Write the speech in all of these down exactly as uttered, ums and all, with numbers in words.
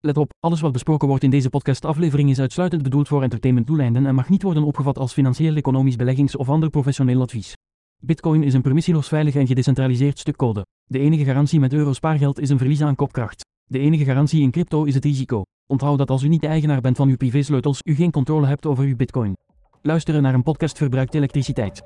Let op, alles wat besproken wordt in deze podcastaflevering is uitsluitend bedoeld voor entertainmentdoeleinden en mag niet worden opgevat als financieel, economisch, beleggings- of ander professioneel advies. Bitcoin is een permissieloos, veilig en gedecentraliseerd stuk code. De enige garantie met euro-spaargeld is een verlies aan kopkracht. De enige garantie in crypto is het risico. Onthoud dat als u niet de eigenaar bent van uw privésleutels, u geen controle hebt over uw bitcoin. Luisteren naar een podcast verbruikt elektriciteit.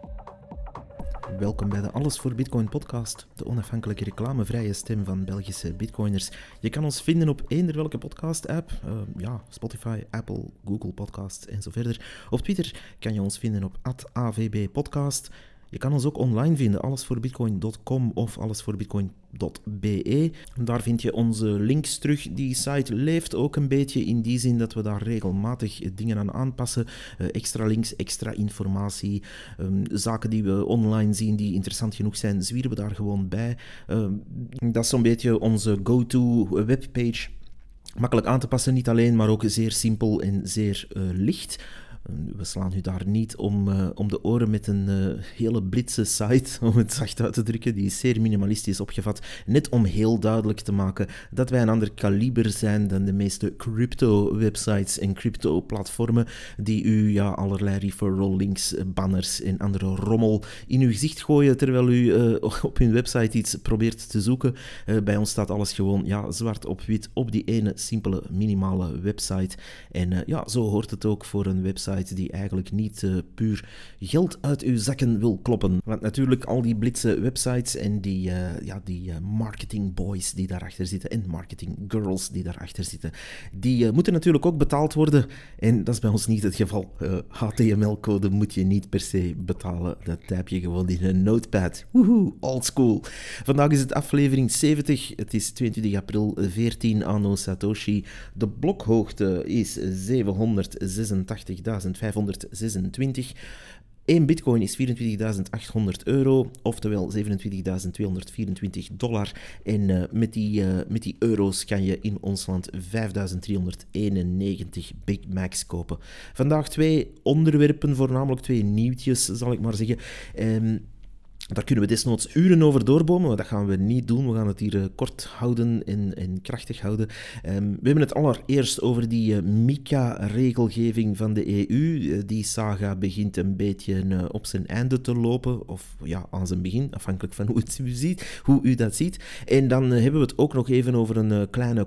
Welkom bij de Alles voor Bitcoin podcast, de onafhankelijke reclamevrije stem van Belgische bitcoiners. Je kan ons vinden op eender welke podcast-app, uh, ja, Spotify, Apple, Google Podcasts en zo verder. Op Twitter kan je ons vinden op at a v b podcast. Je kan ons ook online vinden, allesvoorbitcoin punt com of allesvoorbitcoin punt b e. Daar vind je onze links terug. Die site leeft ook een beetje in die zin dat we daar regelmatig dingen aan aanpassen. Uh, extra links, extra informatie, um, zaken die we online zien die interessant genoeg zijn, zwieren we daar gewoon bij. Uh, dat is zo'n beetje onze go-to webpage. Makkelijk aan te passen, niet alleen, maar ook zeer simpel en zeer uh, licht. We slaan u daar niet om, uh, om de oren met een uh, hele blitse site, om het zacht uit te drukken. Die is zeer minimalistisch opgevat, net om heel duidelijk te maken dat wij een ander kaliber zijn dan de meeste crypto-websites en crypto-platformen die u ja, allerlei referral links, banners en andere rommel in uw gezicht gooien terwijl u uh, op hun website iets probeert te zoeken. Uh, bij ons staat alles gewoon ja, zwart op wit op die ene simpele, minimale website. En uh, ja, zo hoort het ook voor een website die eigenlijk niet uh, puur geld uit uw zakken wil kloppen. Want natuurlijk al die blitse websites en die, uh, ja, die uh, marketing boys die daarachter zitten en marketing girls die daarachter zitten, die uh, moeten natuurlijk ook betaald worden. En dat is bij ons niet het geval. Uh, H T M L-code moet je niet per se betalen. Dat typ je gewoon in een notepad. Woehoe, old school. Vandaag is het aflevering zeventig. Het is tweeëntwintig april, veertien anno Satoshi. De blokhoogte is zevenhonderdzesentachtigduizend vijfhonderdzesentwintig. één bitcoin is vierentwintigduizend achthonderd euro, oftewel zevenentwintigduizend tweehonderdvierentwintig dollar. En uh, met, die, uh, met die euro's kan je in ons land vijfduizend driehonderdeenennegentig Big Macs kopen. Vandaag twee onderwerpen, voornamelijk twee nieuwtjes, zal ik maar zeggen. Um, Daar kunnen we desnoods uren over doorbomen, maar dat gaan we niet doen. We gaan het hier uh, kort houden en, en krachtig houden. Um, we hebben het allereerst over die uh, MiCA-regelgeving van de E U. Uh, die saga begint een beetje uh, op zijn einde te lopen, of ja, aan zijn begin, afhankelijk van hoe, het u, ziet, hoe u dat ziet. En dan uh, hebben we het ook nog even over een uh, kleine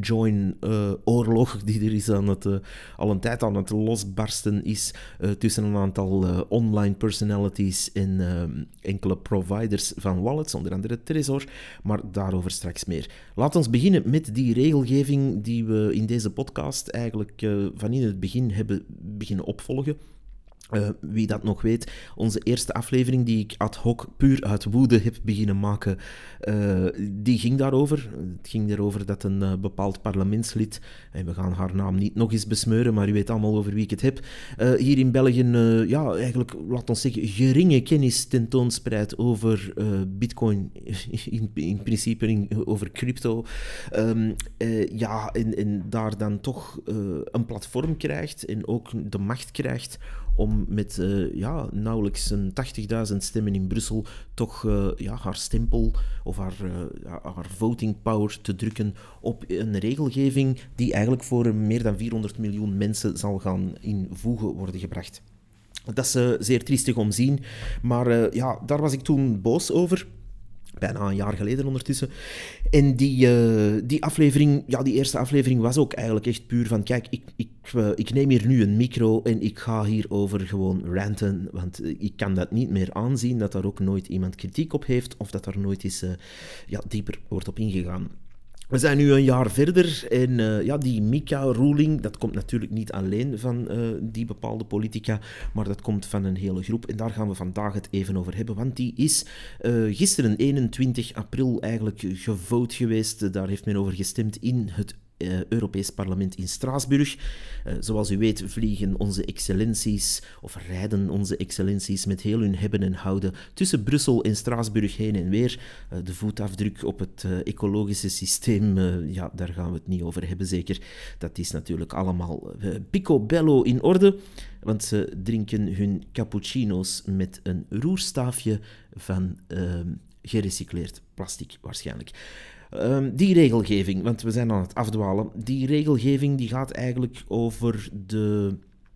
CoinJoin-oorlog uh, die er is aan het, uh, al een tijd aan het losbarsten is uh, tussen een aantal uh, online personalities en uh, enkele providers van wallets, onder andere Trezor, maar daarover straks meer. Laat ons beginnen met die regelgeving die we in deze podcast eigenlijk uh, van in het begin hebben beginnen opvolgen. Uh, wie dat nog weet, onze eerste aflevering die ik ad hoc puur uit woede heb beginnen maken, uh, die ging daarover. Het ging daarover dat een uh, bepaald parlementslid, en we gaan haar naam niet nog eens besmeuren, maar u weet allemaal over wie ik het heb, uh, hier in België, uh, ja, eigenlijk, laat ons zeggen, geringe kennis tentoonspreidt over uh, bitcoin, in, in principe in, over crypto, um, uh, ja, en, en daar dan toch uh, een platform krijgt en ook de macht krijgt om met uh, ja, nauwelijks een tachtigduizend stemmen in Brussel toch uh, ja, haar stempel of haar, uh, haar voting power te drukken op een regelgeving die eigenlijk voor meer dan vierhonderd miljoen mensen zal gaan in voege worden gebracht. Dat is uh, zeer triestig om zien, maar uh, ja, daar was ik toen boos over. Bijna een jaar geleden ondertussen. En die, uh, die aflevering, ja, die eerste aflevering was ook eigenlijk echt puur van, kijk, ik, ik, uh, ik neem hier nu een micro en ik ga hierover gewoon ranten, want uh, ik kan dat niet meer aanzien, dat daar ook nooit iemand kritiek op heeft, of dat daar nooit eens uh, ja, dieper wordt op ingegaan. We zijn nu een jaar verder en uh, ja, die MiCA-ruling, dat komt natuurlijk niet alleen van uh, die bepaalde politica, maar dat komt van een hele groep. En daar gaan we vandaag het even over hebben, want die is uh, gisteren, eenentwintig april, eigenlijk gevote geweest. Daar heeft men over gestemd in het Uh, Europees Parlement in Straatsburg. Uh, zoals u weet vliegen onze excellenties, of rijden onze excellenties met heel hun hebben en houden tussen Brussel en Straatsburg heen en weer. Uh, de voetafdruk op het uh, ecologische systeem, uh, ja, daar gaan we het niet over hebben zeker. Dat is natuurlijk allemaal uh, picobello in orde, want ze drinken hun cappuccino's met een roerstaafje van uh, gerecycleerd plastic waarschijnlijk. Um, die regelgeving, want we zijn aan het afdwalen, die regelgeving die gaat eigenlijk over de...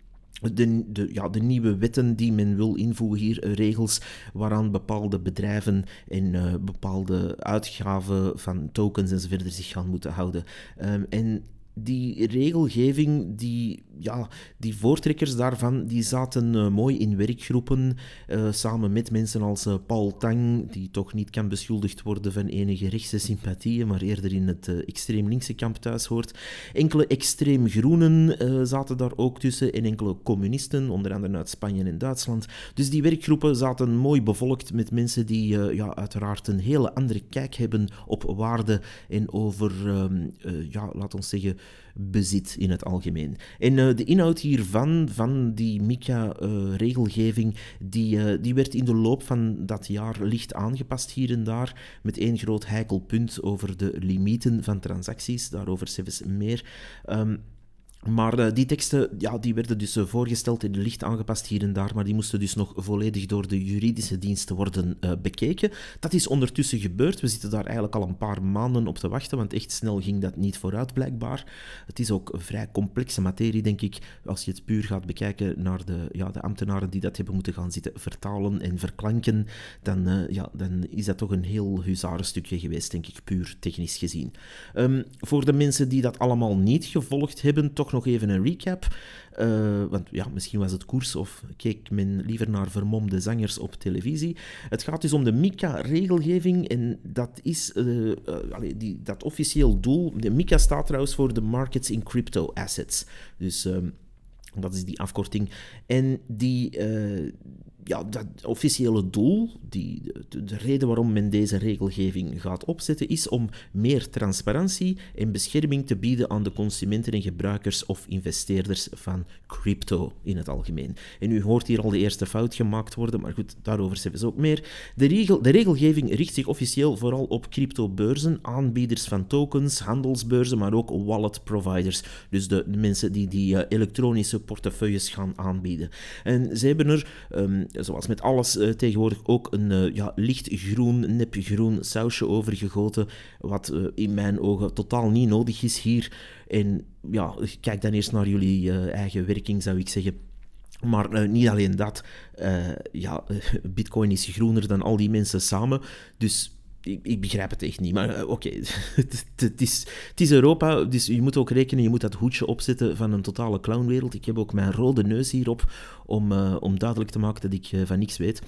De, de, ja, de nieuwe wetten die men wil invoegen hier, regels waaraan bepaalde bedrijven en uh, bepaalde uitgaven van tokens enzovoort zich gaan moeten houden. Um, en die regelgeving, die, ja, die voortrekkers daarvan, die zaten uh, mooi in werkgroepen, uh, samen met mensen als uh, Paul Tang, die toch niet kan beschuldigd worden van enige rechtse sympathieën, maar eerder in het uh, extreem linkse kamp thuis hoort. Enkele extreem groenen uh, zaten daar ook tussen en enkele communisten, onder andere uit Spanje en Duitsland. Dus die werkgroepen zaten mooi bevolkt met mensen die uh, ja, uiteraard een hele andere kijk hebben op waarde en over, um, uh, ja, laat ons zeggen, bezit in het algemeen. En uh, de inhoud hiervan, van die MiCA-regelgeving, uh, die, uh, die werd in de loop van dat jaar licht aangepast hier en daar, met één groot heikel punt over de limieten van transacties. Daarover zelfs meer. Um, Maar uh, die teksten ja, die werden dus uh, voorgesteld en licht aangepast hier en daar, maar die moesten dus nog volledig door de juridische diensten worden uh, bekeken. Dat is ondertussen gebeurd. We zitten daar eigenlijk al een paar maanden op te wachten, want echt snel ging dat niet vooruit blijkbaar. Het is ook een vrij complexe materie, denk ik, als je het puur gaat bekijken naar de, ja, de ambtenaren die dat hebben moeten gaan zitten vertalen en verklanken, dan, uh, ja, dan is dat toch een heel huzarenstukje geweest, denk ik, puur technisch gezien. Um, voor de mensen die dat allemaal niet gevolgd hebben, toch nog even een recap. Uh, want ja, misschien was het koers of keek men liever naar vermomde zangers op televisie. Het gaat dus om de MiCA-regelgeving en dat is uh, uh, allee, die, dat officieel doel. De MiCA staat trouwens voor de Markets in Crypto Assets. Dus um, dat is die afkorting. En die... Uh, Ja, dat officiële doel, die, de, de reden waarom men deze regelgeving gaat opzetten, is om meer transparantie en bescherming te bieden aan de consumenten en gebruikers of investeerders van crypto in het algemeen. En u hoort hier al de eerste fout gemaakt worden, maar goed, daarover zeggen ze ook meer. De, regel, de regelgeving richt zich officieel vooral op cryptobeurzen, aanbieders van tokens, handelsbeurzen, maar ook wallet providers. Dus de, de mensen die die uh, elektronische portefeuilles gaan aanbieden. En ze hebben er... Um, zoals met alles uh, tegenwoordig ook een uh, ja, lichtgroen, nepgroen sausje overgegoten, wat uh, in mijn ogen totaal niet nodig is hier. En ja, kijk dan eerst naar jullie uh, eigen werking, zou ik zeggen. Maar uh, niet alleen dat, uh, ja, uh, Bitcoin is groener dan al die mensen samen, dus... Ik, ik begrijp het echt niet, maar uh, oké, okay. het, het, is, het is Europa, dus je moet ook rekenen, je moet dat hoedje opzetten van een totale clownwereld. Ik heb ook mijn rode neus hierop om, uh, om duidelijk te maken dat ik uh, van niks weet.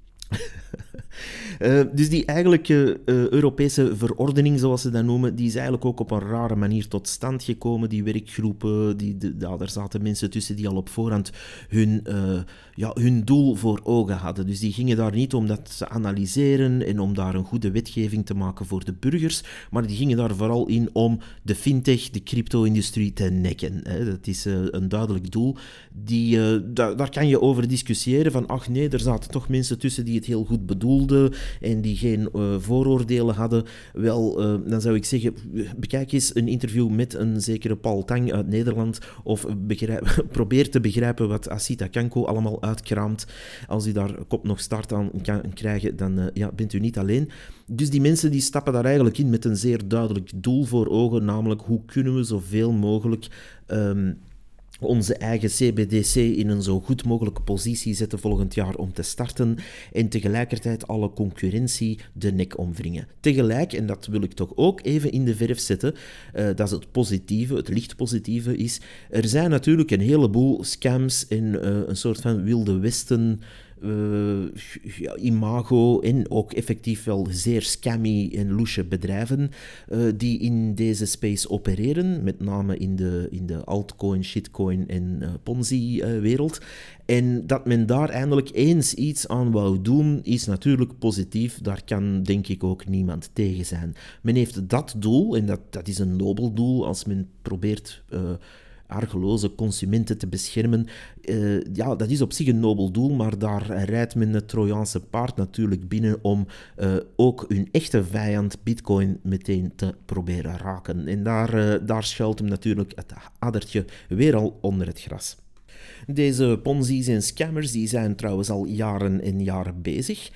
uh, dus die eigenlijke uh, Europese verordening, zoals ze dat noemen, die is eigenlijk ook op een rare manier tot stand gekomen. Die werkgroepen, die, de, ja, daar zaten mensen tussen die al op voorhand hun, uh, ja, hun doel voor ogen hadden. Dus die gingen daar niet om dat te analyseren en om daar een goede wetgeving te maken voor de burgers, maar die gingen daar vooral in om de fintech, de crypto-industrie te nekken. Hè. Dat is uh, een duidelijk doel. Die, uh, da- daar kan je over discussiëren van, ach nee, er zaten toch mensen tussen die het heel goed bedoelden en die geen uh, vooroordelen hadden. Wel, uh, dan zou ik zeggen, bekijk eens een interview met een zekere Paul Tang uit Nederland of begrijp, probeer te begrijpen wat Asita Kanko allemaal uitkraamt. Als u daar kop nog start aan kan krijgen, dan uh, ja, bent u niet alleen. Dus die mensen die stappen daar eigenlijk in met een zeer duidelijk doel voor ogen, namelijk hoe kunnen we zoveel mogelijk... Um, onze eigen C B D C in een zo goed mogelijke positie zetten volgend jaar om te starten en tegelijkertijd alle concurrentie de nek omwringen. Tegelijk, en dat wil ik toch ook even in de verf zetten, uh, dat is het positieve, het licht positieve is, er zijn natuurlijk een heleboel scams en uh, een soort van wilde westen Uh, ja, imago en ook effectief wel zeer scammy en loesje bedrijven uh, die in deze space opereren, met name in de, in de altcoin, shitcoin en uh, Ponzi-wereld. Uh, en dat men daar eindelijk eens iets aan wou doen, is natuurlijk positief. Daar kan denk ik ook niemand tegen zijn. Men heeft dat doel, en dat, dat is een nobel doel, als men probeert... Uh, argeloze consumenten te beschermen. Uh, ja, dat is op zich een nobel doel, maar daar rijdt men het Trojaanse paard natuurlijk binnen om uh, ook hun echte vijand Bitcoin meteen te proberen raken. En daar, uh, daar schuilt hem natuurlijk het addertje weer al onder het gras. Deze ponzi's en scammers die zijn trouwens al jaren en jaren bezig.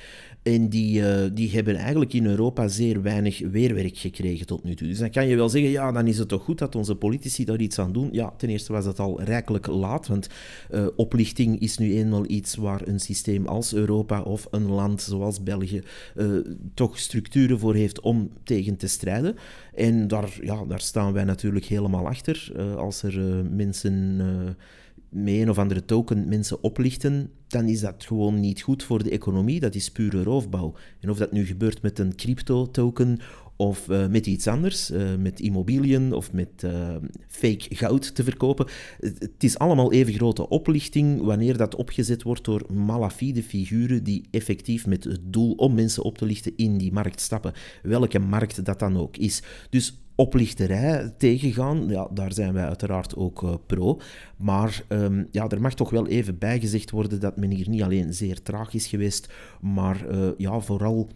En die, uh, die hebben eigenlijk in Europa zeer weinig weerwerk gekregen tot nu toe. Dus dan kan je wel zeggen, ja, dan is het toch goed dat onze politici daar iets aan doen. Ja, ten eerste was het al rijkelijk laat, want uh, oplichting is nu eenmaal iets waar een systeem als Europa of een land zoals België uh, toch structuren voor heeft om tegen te strijden. En daar, ja, daar staan wij natuurlijk helemaal achter. Uh, als er uh, mensen... Uh, met een of andere token mensen oplichten, dan is dat gewoon niet goed voor de economie. Dat is pure roofbouw. En of dat nu gebeurt met een crypto-token of uh, met iets anders, uh, met immobiliën of met uh, fake goud te verkopen. Het is allemaal even grote oplichting wanneer dat opgezet wordt door malafide figuren die effectief met het doel om mensen op te lichten in die markt stappen. Welke markt dat dan ook is. Dus oplichterij tegengaan, ja, daar zijn wij uiteraard ook uh, pro. Maar um, ja, er mag toch wel even bijgezegd worden dat men hier niet alleen zeer traag is geweest, maar uh, ja, vooral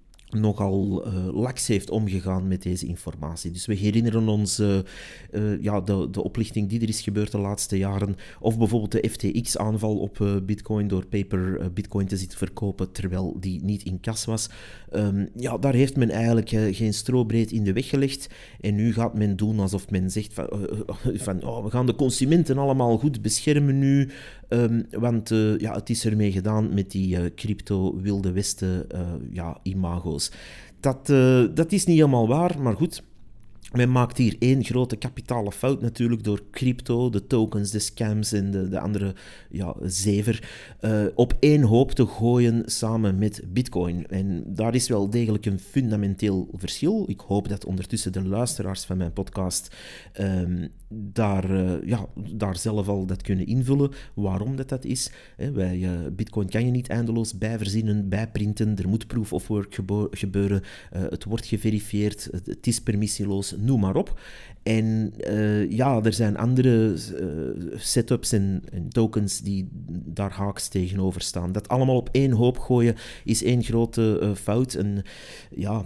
nogal uh, laks heeft omgegaan met deze informatie. Dus we herinneren ons uh, uh, ja, de, de oplichting die er is gebeurd de laatste jaren, of bijvoorbeeld de F T X-aanval op uh, Bitcoin door paper uh, Bitcoin te zitten verkopen terwijl die niet in kas was. Um, ja, daar heeft men eigenlijk uh, geen strobreed in de weg gelegd en nu gaat men doen alsof men zegt van, uh, van oh, we gaan de consumenten allemaal goed beschermen nu, um, want uh, ja, het is ermee gedaan met die uh, crypto-wilde westen uh, ja, imago's. Dat, uh, dat is niet helemaal waar, maar goed. Men maakt hier één grote kapitale fout natuurlijk door crypto, de tokens, de scams en de, de andere ja, zever uh, op één hoop te gooien samen met Bitcoin. En daar is wel degelijk een fundamenteel verschil. Ik hoop dat ondertussen de luisteraars van mijn podcast um, daar, uh, ja, daar zelf al dat kunnen invullen, waarom dat, dat is. He, bij uh, Bitcoin kan je niet eindeloos bijverzinnen, bijprinten, er moet proof of work gebo- gebeuren, uh, het wordt geverifieerd, het, het is permissieloos, noem maar op. En uh, ja, er zijn andere uh, setups en, en tokens die daar haaks tegenover staan. Dat allemaal op één hoop gooien is één grote uh, fout. En ja...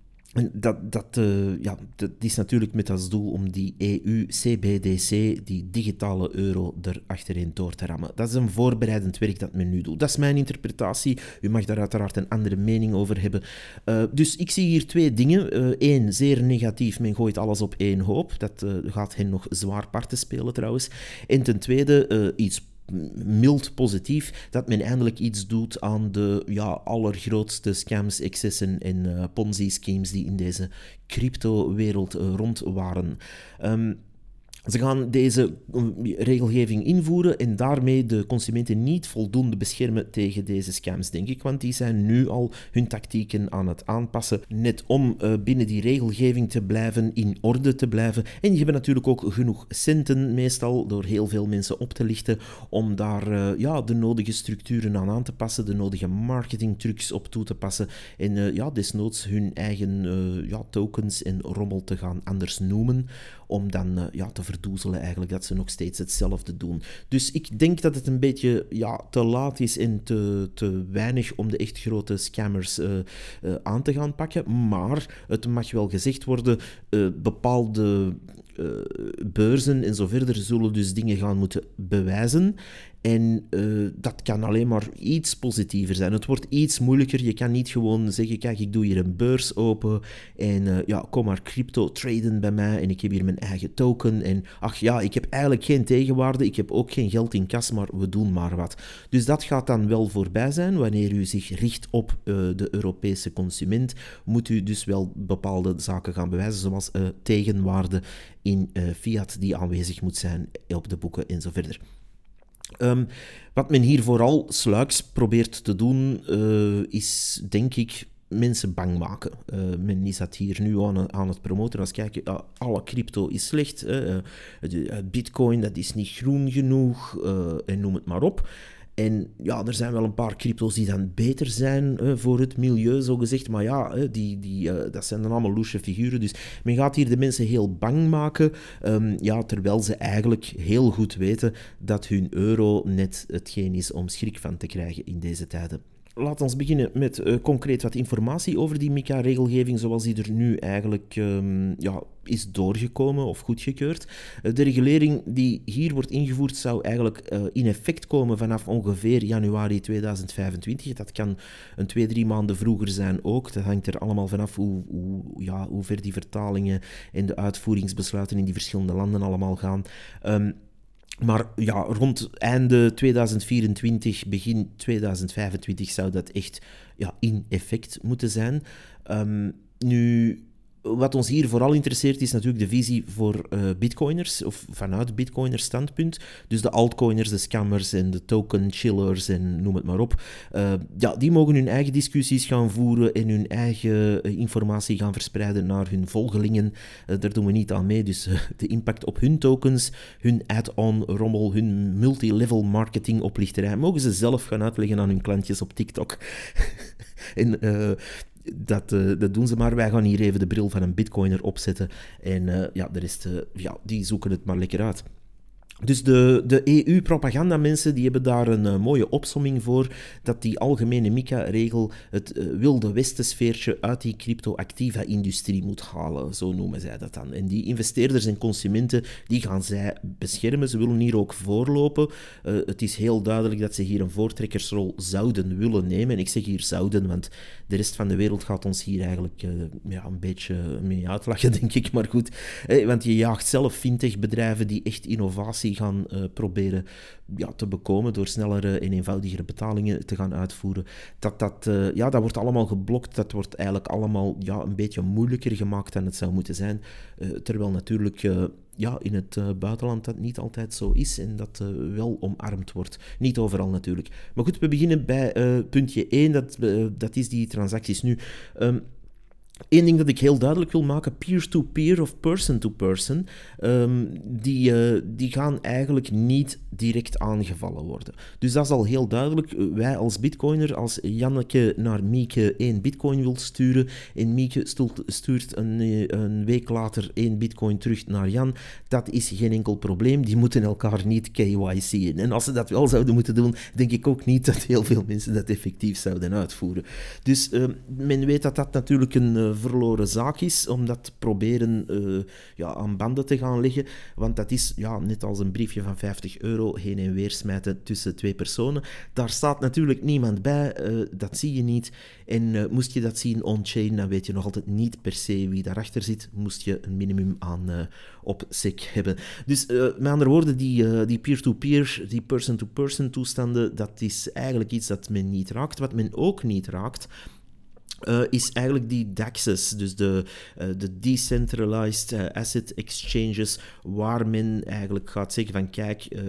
En dat, dat, uh, ja, dat is natuurlijk met als doel om die E U-C B D C, die digitale euro, er achterin door te rammen. Dat is een voorbereidend werk dat men nu doet. Dat is mijn interpretatie. U mag daar uiteraard een andere mening over hebben. Uh, dus ik zie hier twee dingen. Eén, uh, zeer negatief, men gooit alles op één hoop. Dat uh, gaat hen nog zwaar parten spelen trouwens. En ten tweede, uh, iets mild positief, dat men eindelijk iets doet aan de ja, allergrootste scams, excessen en uh, Ponzi-schemes die in deze crypto-wereld uh, rond waren. Um, Ze gaan deze regelgeving invoeren en daarmee de consumenten niet voldoende beschermen tegen deze scams, denk ik. Want die zijn nu al hun tactieken aan het aanpassen, net om uh, binnen die regelgeving te blijven, in orde te blijven. En die hebben natuurlijk ook genoeg centen, meestal door heel veel mensen op te lichten, om daar uh, ja, de nodige structuren aan aan te passen, de nodige marketingtrucs op toe te passen en uh, ja, desnoods hun eigen uh, ja, tokens en rommel te gaan anders noemen, om dan uh, ja, te verdoezelen eigenlijk dat ze nog steeds hetzelfde doen. Dus ik denk dat het een beetje ja, te laat is en te, te weinig om de echt grote scammers uh, uh, aan te gaan pakken. Maar het mag wel gezegd worden, uh, bepaalde uh, beurzen en zo verder zullen dus dingen gaan moeten bewijzen. En uh, dat kan alleen maar iets positiever zijn. Het wordt iets moeilijker. Je kan niet gewoon zeggen, kijk, ik doe hier een beurs open en uh, ja, kom maar crypto traden bij mij en ik heb hier mijn eigen token en ach ja, ik heb eigenlijk geen tegenwaarde, ik heb ook geen geld in kas, maar we doen maar wat. Dus dat gaat dan wel voorbij zijn. Wanneer u zich richt op uh, de Europese consument, moet u dus wel bepaalde zaken gaan bewijzen, zoals uh, tegenwaarde in uh, fiat die aanwezig moet zijn op de boeken en zo verder. Um, wat men hier vooral sluiks probeert te doen, uh, is denk ik mensen bang maken. Uh, men is dat hier nu aan, aan het promoten. Als kijken, uh, alle crypto is slecht. Uh, uh, Bitcoin, dat is niet groen genoeg. Uh, en noem het maar op. En ja, er zijn wel een paar crypto's die dan beter zijn uh, voor het milieu, zogezegd. Maar ja, uh, die, die, uh, dat zijn dan allemaal loesje figuren. Dus men gaat hier de mensen heel bang maken. Um, ja, terwijl ze eigenlijk heel goed weten dat hun euro net hetgeen is om schrik van te krijgen in deze tijden. laten we beginnen met uh, concreet wat informatie over die MiCA-regelgeving, zoals die er nu eigenlijk um, ja, is doorgekomen of goedgekeurd. Uh, de regulering die hier wordt ingevoerd zou eigenlijk uh, in effect komen vanaf ongeveer januari tweeduizend vijfentwintig. Dat kan een twee, drie maanden vroeger zijn ook. Dat hangt er allemaal vanaf hoe, hoe, ja, hoe ver die vertalingen en de uitvoeringsbesluiten in die verschillende landen allemaal gaan. Um, Maar ja, rond einde tweeduizend vierentwintig, begin tweeduizend vijfentwintig zou dat echt ja, in effect moeten zijn. Um, nu, wat ons hier vooral interesseert is natuurlijk de visie voor uh, bitcoiners, of vanuit bitcoiners standpunt. Dus de altcoiners, de scammers en de token chillers en noem het maar op. Uh, ja, die mogen hun eigen discussies gaan voeren en hun eigen uh, informatie gaan verspreiden naar hun volgelingen. Uh, daar doen we niet aan mee, dus uh, de impact op hun tokens, hun add-on rommel, hun multi-level marketing oplichterij, mogen ze zelf gaan uitleggen aan hun klantjes op TikTok. en... Uh, Dat, uh, dat doen ze maar. Wij gaan hier even de bril van een bitcoiner opzetten. En uh, ja, de rest, uh, ja, die zoeken het maar lekker uit. Dus de, de E U-propagandamensen die hebben daar een uh, mooie opsomming voor, dat die algemene MiCA-regel het uh, wilde westensfeertje uit die crypto-activa-industrie moet halen, zo noemen zij dat dan. En die investeerders en consumenten, die gaan zij beschermen. Ze willen hier ook voorlopen. Uh, het is heel duidelijk dat ze hier een voortrekkersrol zouden willen nemen. En ik zeg hier zouden, want de rest van de wereld gaat ons hier eigenlijk uh, ja, een beetje mee uitlachen, denk ik. Maar goed, eh, want je jaagt zelf fintech-bedrijven die echt innovatie gaan uh, proberen ja, te bekomen door snellere en eenvoudigere betalingen te gaan uitvoeren. Dat, dat, uh, ja, dat wordt allemaal geblokt. Dat wordt eigenlijk allemaal ja, een beetje moeilijker gemaakt dan het zou moeten zijn. Uh, terwijl natuurlijk uh, ja, in het uh, buitenland dat niet altijd zo is en dat uh, wel omarmd wordt. Niet overal natuurlijk. Maar goed, we beginnen bij uh, puntje één. Dat, uh, dat is die transacties. Nu... Um, Eén ding dat ik heel duidelijk wil maken, peer-to-peer of person-to-person, um, die, uh, die gaan eigenlijk niet direct aangevallen worden. Dus dat is al heel duidelijk. Wij als bitcoiner, als Janneke naar Mieke één bitcoin wil sturen en Mieke stuurt een, een week later één bitcoin terug naar Jan, dat is geen enkel probleem. Die moeten elkaar niet K Y C'en. En als ze dat wel zouden moeten doen, denk ik ook niet dat heel veel mensen dat effectief zouden uitvoeren. Dus uh, men weet dat dat natuurlijk een uh, verloren zaak is, om dat te proberen uh, ja, aan banden te gaan leggen, want dat is ja, net als een briefje van vijftig euro heen en weer smijten tussen twee personen. Daar staat natuurlijk niemand bij, uh, dat zie je niet. En uh, moest je dat zien on-chain, dan weet je nog altijd niet per se wie daarachter zit, moest je een minimum aan uh, op S E C hebben. Dus uh, met andere woorden, die, uh, die peer-to-peer, die person-to-person toestanden, dat is eigenlijk iets dat men niet raakt. Wat men ook niet raakt, Uh, is eigenlijk die D A X's, dus de, uh, de Decentralized uh, Asset Exchanges, waar men eigenlijk gaat zeggen van kijk, uh,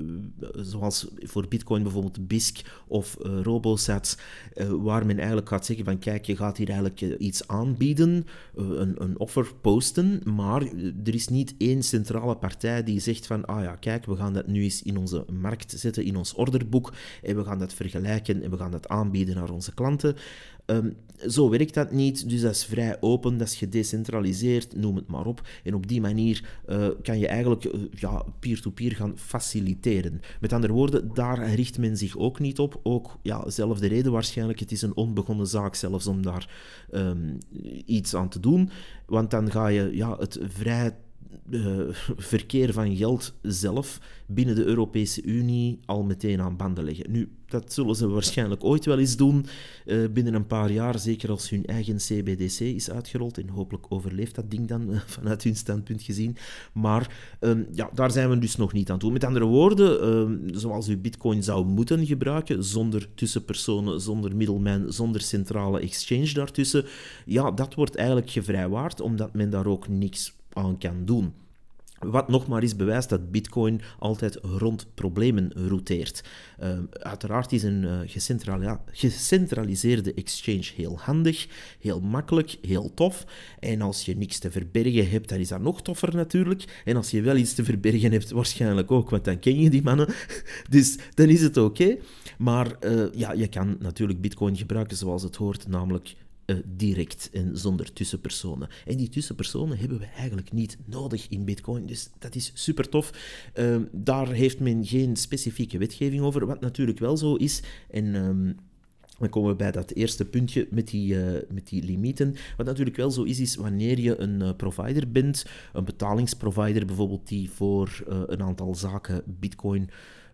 zoals voor Bitcoin bijvoorbeeld B I S C of uh, RoboSats, uh, waar men eigenlijk gaat zeggen van kijk, je gaat hier eigenlijk uh, iets aanbieden, uh, een, een offer posten, maar er is niet één centrale partij die zegt van ah ja, kijk, we gaan dat nu eens in onze markt zetten, in ons orderboek, en we gaan dat vergelijken en we gaan dat aanbieden naar onze klanten. Um, zo werkt dat niet, dus dat is vrij open, dat is gedecentraliseerd, noem het maar op. En op die manier uh, kan je eigenlijk uh, ja, peer-to-peer gaan faciliteren. Met andere woorden, daar richt men zich ook niet op. Ook, ja, zelfde reden waarschijnlijk, het is een onbegonnen zaak zelfs om daar um, iets aan te doen. Want dan ga je ja, het vrij Uh, verkeer van geld zelf binnen de Europese Unie al meteen aan banden leggen. Nu, dat zullen ze waarschijnlijk ooit wel eens doen, uh, binnen een paar jaar, zeker als hun eigen C B D C is uitgerold, en hopelijk overleeft dat ding dan uh, vanuit hun standpunt gezien. Maar um, ja, daar zijn we dus nog niet aan toe. Met andere woorden, um, zoals u bitcoin zou moeten gebruiken, zonder tussenpersonen, zonder middelman, zonder centrale exchange daartussen, ja, dat wordt eigenlijk gevrijwaard, omdat men daar ook niks aan kan doen. Wat nog maar eens bewijst dat Bitcoin altijd rond problemen routeert. Uh, uiteraard is een uh, gecentrali- gecentraliseerde exchange heel handig, heel makkelijk, heel tof. En als je niks te verbergen hebt, dan is dat nog toffer natuurlijk. En als je wel iets te verbergen hebt, waarschijnlijk ook, want dan ken je die mannen. Dus dan is het oké. Okay. Maar uh, ja, je kan natuurlijk Bitcoin gebruiken zoals het hoort, namelijk Uh, direct en zonder tussenpersonen. En die tussenpersonen hebben we eigenlijk niet nodig in Bitcoin, dus dat is super tof. Uh, daar heeft men geen specifieke wetgeving over, wat natuurlijk wel zo is. En um, Dan komen we bij dat eerste puntje met die, uh, met die limieten. Wat natuurlijk wel zo is, is wanneer je een uh, provider bent, een betalingsprovider bijvoorbeeld, die voor uh, een aantal zaken Bitcoin...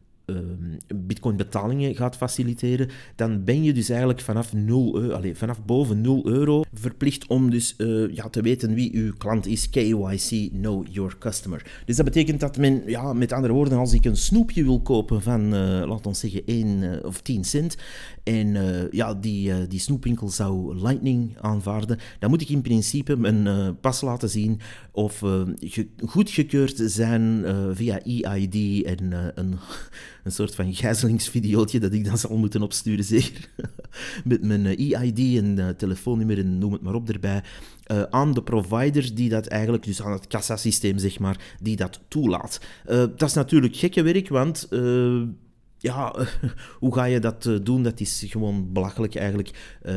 Bitcoin-betalingen gaat faciliteren, dan ben je dus eigenlijk vanaf, nul euro, allez, vanaf boven nul euro verplicht om dus uh, ja, te weten wie uw klant is. K Y C, Know Your Customer. Dus dat betekent dat men, ja, met andere woorden, als ik een snoepje wil kopen van, uh, laten we zeggen, één uh, of tien cent, en uh, ja, die, uh, die snoepwinkel zou Lightning aanvaarden, dan moet ik in principe mijn uh, pas laten zien of uh, ge- goedgekeurd zijn uh, via E I D en uh, een... een soort van gijzelingsvideootje dat ik dan zal moeten opsturen, zeker. Met mijn E I D en uh, telefoonnummer en noem het maar op erbij. Uh, aan de provider die dat eigenlijk, dus aan het kassasysteem zeg maar, die dat toelaat. Uh, dat is natuurlijk gekke werk, want... Uh, Ja, uh, hoe ga je dat uh, doen? Dat is gewoon belachelijk eigenlijk. Uh,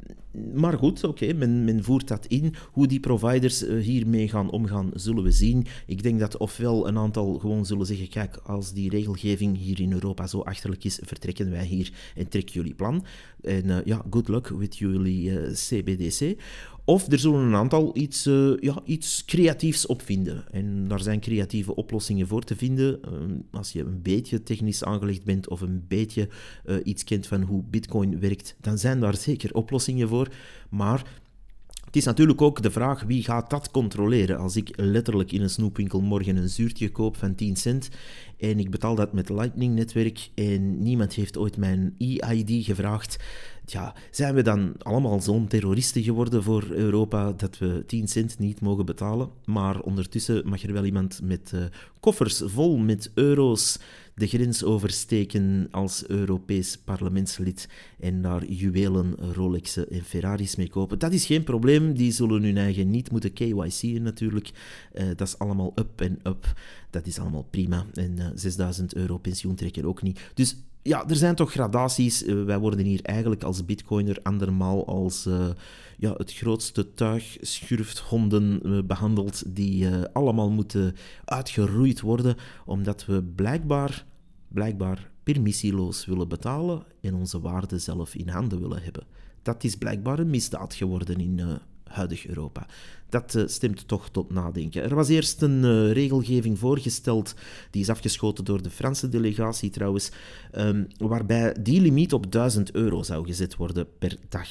maar goed, oké, okay, men, men voert dat in. Hoe die providers uh, hiermee gaan omgaan, zullen we zien. Ik denk dat ofwel een aantal gewoon zullen zeggen, kijk, als die regelgeving hier in Europa zo achterlijk is, vertrekken wij hier en trekken jullie plan. En uh, ja, good luck with jullie uh, C B D C. Of er zullen een aantal iets, uh, ja, iets creatiefs opvinden. En daar zijn creatieve oplossingen voor te vinden. Uh, als je een beetje technisch aangelegd bent of een beetje uh, iets kent van hoe Bitcoin werkt, dan zijn daar zeker oplossingen voor. Maar het is natuurlijk ook de vraag, wie gaat dat controleren? Als ik letterlijk in een snoepwinkel morgen een zuurtje koop van tien cent en ik betaal dat met Lightning-netwerk en niemand heeft ooit mijn E I D gevraagd, ja, zijn we dan allemaal zo'n terroristen geworden voor Europa dat we tien cent niet mogen betalen? Maar ondertussen mag er wel iemand met uh, koffers vol met euro's de grens oversteken als Europees parlementslid en daar juwelen, Rolexen en Ferraris mee kopen. Dat is geen probleem, die zullen hun eigen niet moeten K Y C'en natuurlijk. Uh, dat is allemaal up en up, dat is allemaal prima. En uh, zesduizend euro pensioen trekken ook niet. Dus ja, er zijn toch gradaties. Uh, wij worden hier eigenlijk als bitcoiner andermaal als uh, ja, het grootste tuig schurfthonden uh, behandeld die uh, allemaal moeten uitgeroeid worden, omdat we blijkbaar, blijkbaar permissieloos willen betalen en onze waarde zelf in handen willen hebben. Dat is blijkbaar een misdaad geworden in uh, huidig Europa. Dat uh, stemt toch tot nadenken. Er was eerst een uh, regelgeving voorgesteld, die is afgeschoten door de Franse delegatie trouwens, um, waarbij die limiet op duizend euro zou gezet worden per dag.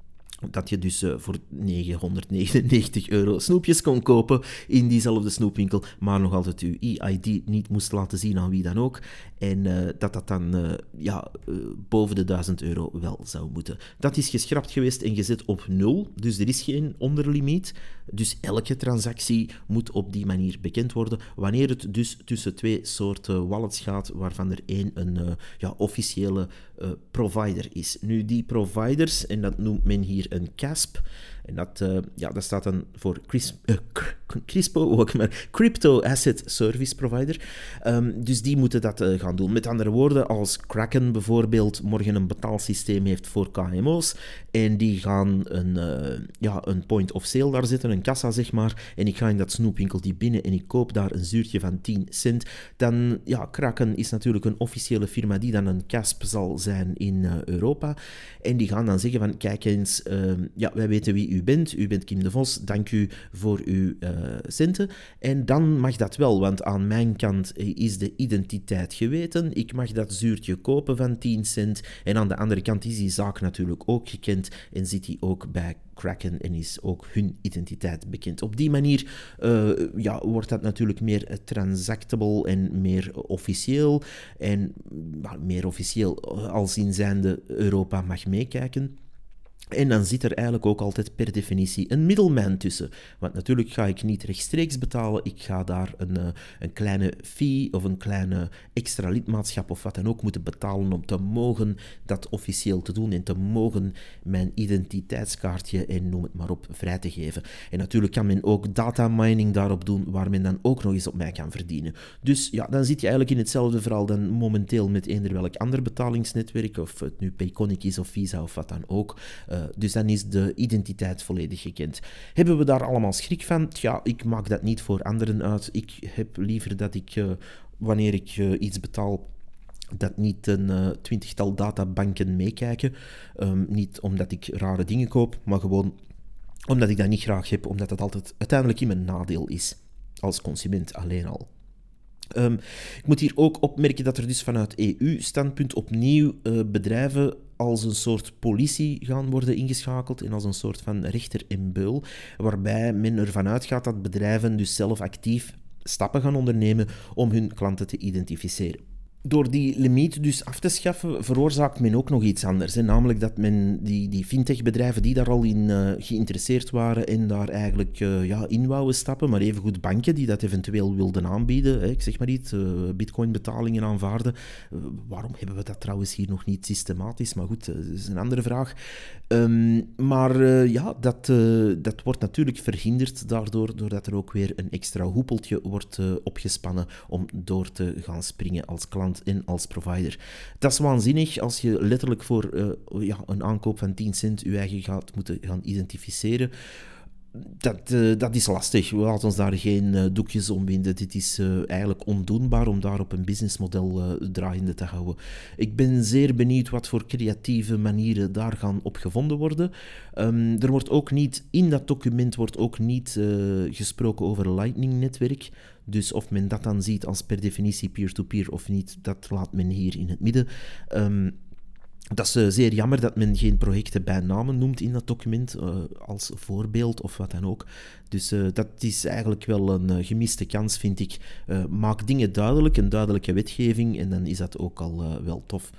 Dat je dus uh, voor negenhonderdnegenennegentig euro snoepjes kon kopen in diezelfde snoepwinkel, maar nog altijd je E I D niet moest laten zien aan wie dan ook. En uh, dat dat dan uh, ja, uh, boven de duizend euro wel zou moeten. Dat is geschrapt geweest en gezet op nul, dus er is geen onderlimiet. Dus elke transactie moet op die manier bekend worden, wanneer het dus tussen twee soorten wallets gaat, waarvan er één een uh, ja, officiële uh, provider is. Nu, die providers, en dat noemt men hier een C A S P, en dat, uh, ja, dat staat dan voor Cris- uh, CRISPO ook, maar Crypto Asset Service Provider. Um, dus die moeten dat uh, gaan doen. Met andere woorden, als Kraken bijvoorbeeld morgen een betaalsysteem heeft voor K M O's en die gaan een, uh, ja, een point of sale daar zetten, een kassa zeg maar, en ik ga in dat snoepwinkeltje binnen en ik koop daar een zuurtje van tien cent, dan, ja, Kraken is natuurlijk een officiële firma die dan een C A S P zal zijn in uh, Europa. En die gaan dan zeggen van, kijk eens, uh, ja, wij weten wie u bent, u bent Kim de Vos, dank u voor uw uh, centen. En dan mag dat wel, want aan mijn kant is de identiteit geweten. Ik mag dat zuurtje kopen van tien cent. En aan de andere kant is die zaak natuurlijk ook gekend en zit die ook bij Kraken en is ook hun identiteit bekend. Op die manier uh, ja, wordt dat natuurlijk meer transactable en meer officieel. En nou, meer officieel als in zijnde Europa mag meekijken. En dan zit er eigenlijk ook altijd per definitie een middleman tussen. Want natuurlijk ga ik niet rechtstreeks betalen, ik ga daar een, een kleine fee of een kleine extra lidmaatschap of wat dan ook moeten betalen om te mogen dat officieel te doen en te mogen mijn identiteitskaartje en noem het maar op vrij te geven. En natuurlijk kan men ook datamining daarop doen, waar men dan ook nog eens op mij kan verdienen. Dus ja, dan zit je eigenlijk in hetzelfde verhaal dan momenteel met eender welk ander betalingsnetwerk, of het nu Payconic is of Visa of wat dan ook. Uh, dus dan is de identiteit volledig gekend. Hebben we daar allemaal schrik van? Tja, ik maak dat niet voor anderen uit. Ik heb liever dat ik, uh, wanneer ik uh, iets betaal, dat niet een uh, twintigtal databanken meekijken. Um, niet omdat ik rare dingen koop, maar gewoon omdat ik dat niet graag heb, omdat dat altijd uiteindelijk in mijn nadeel is, als consument alleen al. Um, ik moet hier ook opmerken dat er dus vanuit E U-standpunt opnieuw uh, bedrijven als een soort politie gaan worden ingeschakeld en als een soort van rechter en beul, waarbij men ervan uitgaat dat bedrijven dus zelf actief stappen gaan ondernemen om hun klanten te identificeren. Door die limiet dus af te schaffen, veroorzaakt men ook nog iets anders. Hè? Namelijk dat men die, die fintech-bedrijven die daar al in uh, geïnteresseerd waren en daar eigenlijk uh, ja, in wouden stappen, maar evengoed banken die dat eventueel wilden aanbieden, hè? Ik zeg maar iets, uh, bitcoin-betalingen aanvaarden. Uh, waarom hebben we dat trouwens hier nog niet systematisch? Maar goed, uh, dat is een andere vraag. Um, maar uh, ja, dat, uh, dat wordt natuurlijk verhinderd daardoor, doordat er ook weer een extra hoepeltje wordt uh, opgespannen om door te gaan springen als klant en als provider. Dat is waanzinnig als je letterlijk voor uh, ja, een aankoop van tien cent je eigen gaat moeten gaan identificeren. Dat, uh, dat is lastig. We laten ons daar geen uh, doekjes om winden. Dit is uh, eigenlijk ondoenbaar om daar op een businessmodel uh, draaiende te houden. Ik ben zeer benieuwd wat voor creatieve manieren daar gaan op gevonden worden. Um, er wordt ook niet, in dat document wordt ook niet uh, gesproken over Lightning-netwerk. Dus of men dat dan ziet als per definitie peer-to-peer of niet, dat laat men hier in het midden. Um, Dat is uh, zeer jammer dat men geen projecten bij namen noemt in dat document, uh, als voorbeeld of wat dan ook. Dus uh, dat is eigenlijk wel een uh, gemiste kans, vind ik. Uh, maak dingen duidelijk, een duidelijke wetgeving, en dan is dat ook al uh, wel tof.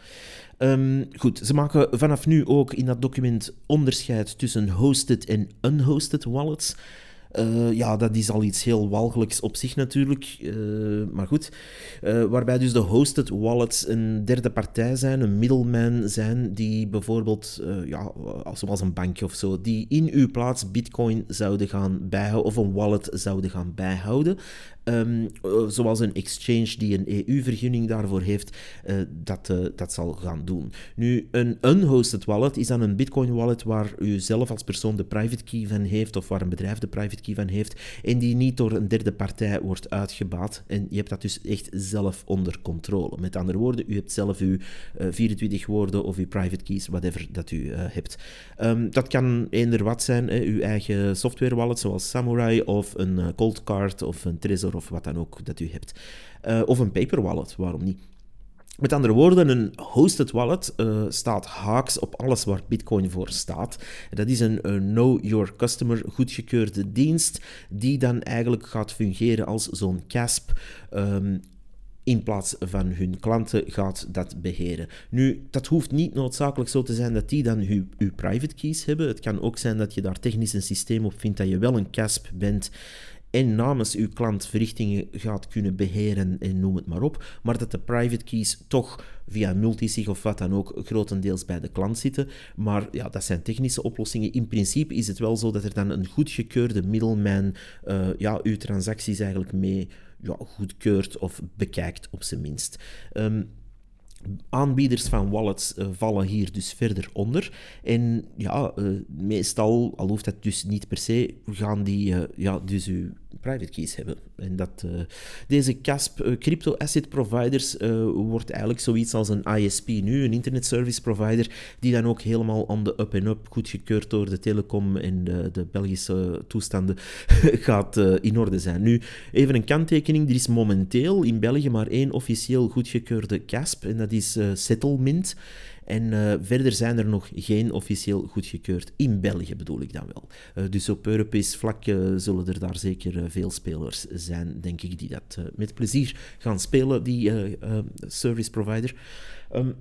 Um, goed, ze maken vanaf nu ook in dat document onderscheid tussen hosted en unhosted wallets. Uh, ja, dat is al iets heel walgelijks op zich natuurlijk, uh, maar goed. Uh, waarbij dus de hosted wallets een derde partij zijn, een middleman zijn, die bijvoorbeeld, uh, ja, zoals een bank of zo, die in uw plaats bitcoin zouden gaan bijhouden, of een wallet zouden gaan bijhouden. Um, uh, zoals een exchange die een E U-vergunning daarvoor heeft, uh, dat, uh, dat zal gaan doen. Nu, een unhosted wallet is dan een bitcoin-wallet waar u zelf als persoon de private key van heeft, of waar een bedrijf de private key van heeft, en die niet door een derde partij wordt uitgebaat. En je hebt dat dus echt zelf onder controle. Met andere woorden, u hebt zelf uw uh, vierentwintig woorden of uw private keys, whatever dat u uh, hebt. Um, dat kan eender wat zijn, hè, uw eigen software-wallet, zoals Samurai, of een uh, Cold Card, of een Trezor, of wat dan ook dat u hebt. Uh, of een paper wallet, waarom niet? Met andere woorden, een hosted wallet uh, staat haaks op alles waar Bitcoin voor staat. Dat is een uh, Know Your Customer goedgekeurde dienst die dan eigenlijk gaat fungeren als zo'n C A S P. Um, in plaats van hun klanten gaat dat beheren. Nu, dat hoeft niet noodzakelijk zo te zijn dat die dan uw, uw private keys hebben. Het kan ook zijn dat je daar technisch een systeem op vindt dat je wel een C A S P bent en namens uw klant verrichtingen gaat kunnen beheren en noem het maar op, maar dat de private keys toch via multisig of wat dan ook grotendeels bij de klant zitten. Maar ja, dat zijn technische oplossingen. In principe is het wel zo dat er dan een goedgekeurde middleman uh, ja, uw transacties eigenlijk mee ja, goedkeurt of bekijkt op zijn minst. Um, Aanbieders van wallets uh, vallen hier dus verder onder. En ja, uh, meestal, al hoeft dat dus niet per se, gaan die uh, ja, dus uw private keys hebben. En dat, uh, deze C A S P, uh, Crypto Asset Providers, uh, wordt eigenlijk zoiets als een I S P nu, een Internet Service Provider, die dan ook helemaal on the up en up, goedgekeurd door de telecom en de, de Belgische toestanden, gaat uh, in orde zijn. Nu, even een kanttekening, er is momenteel in België maar één officieel goedgekeurde C A S P, en dat is uh, Settlemint. En uh, verder zijn er nog geen officieel goedgekeurd. In België bedoel ik dan wel. Uh, dus op Europees vlak uh, zullen er daar zeker uh, veel spelers zijn, denk ik, die dat uh, met plezier gaan spelen, die uh, uh, service provider. Um,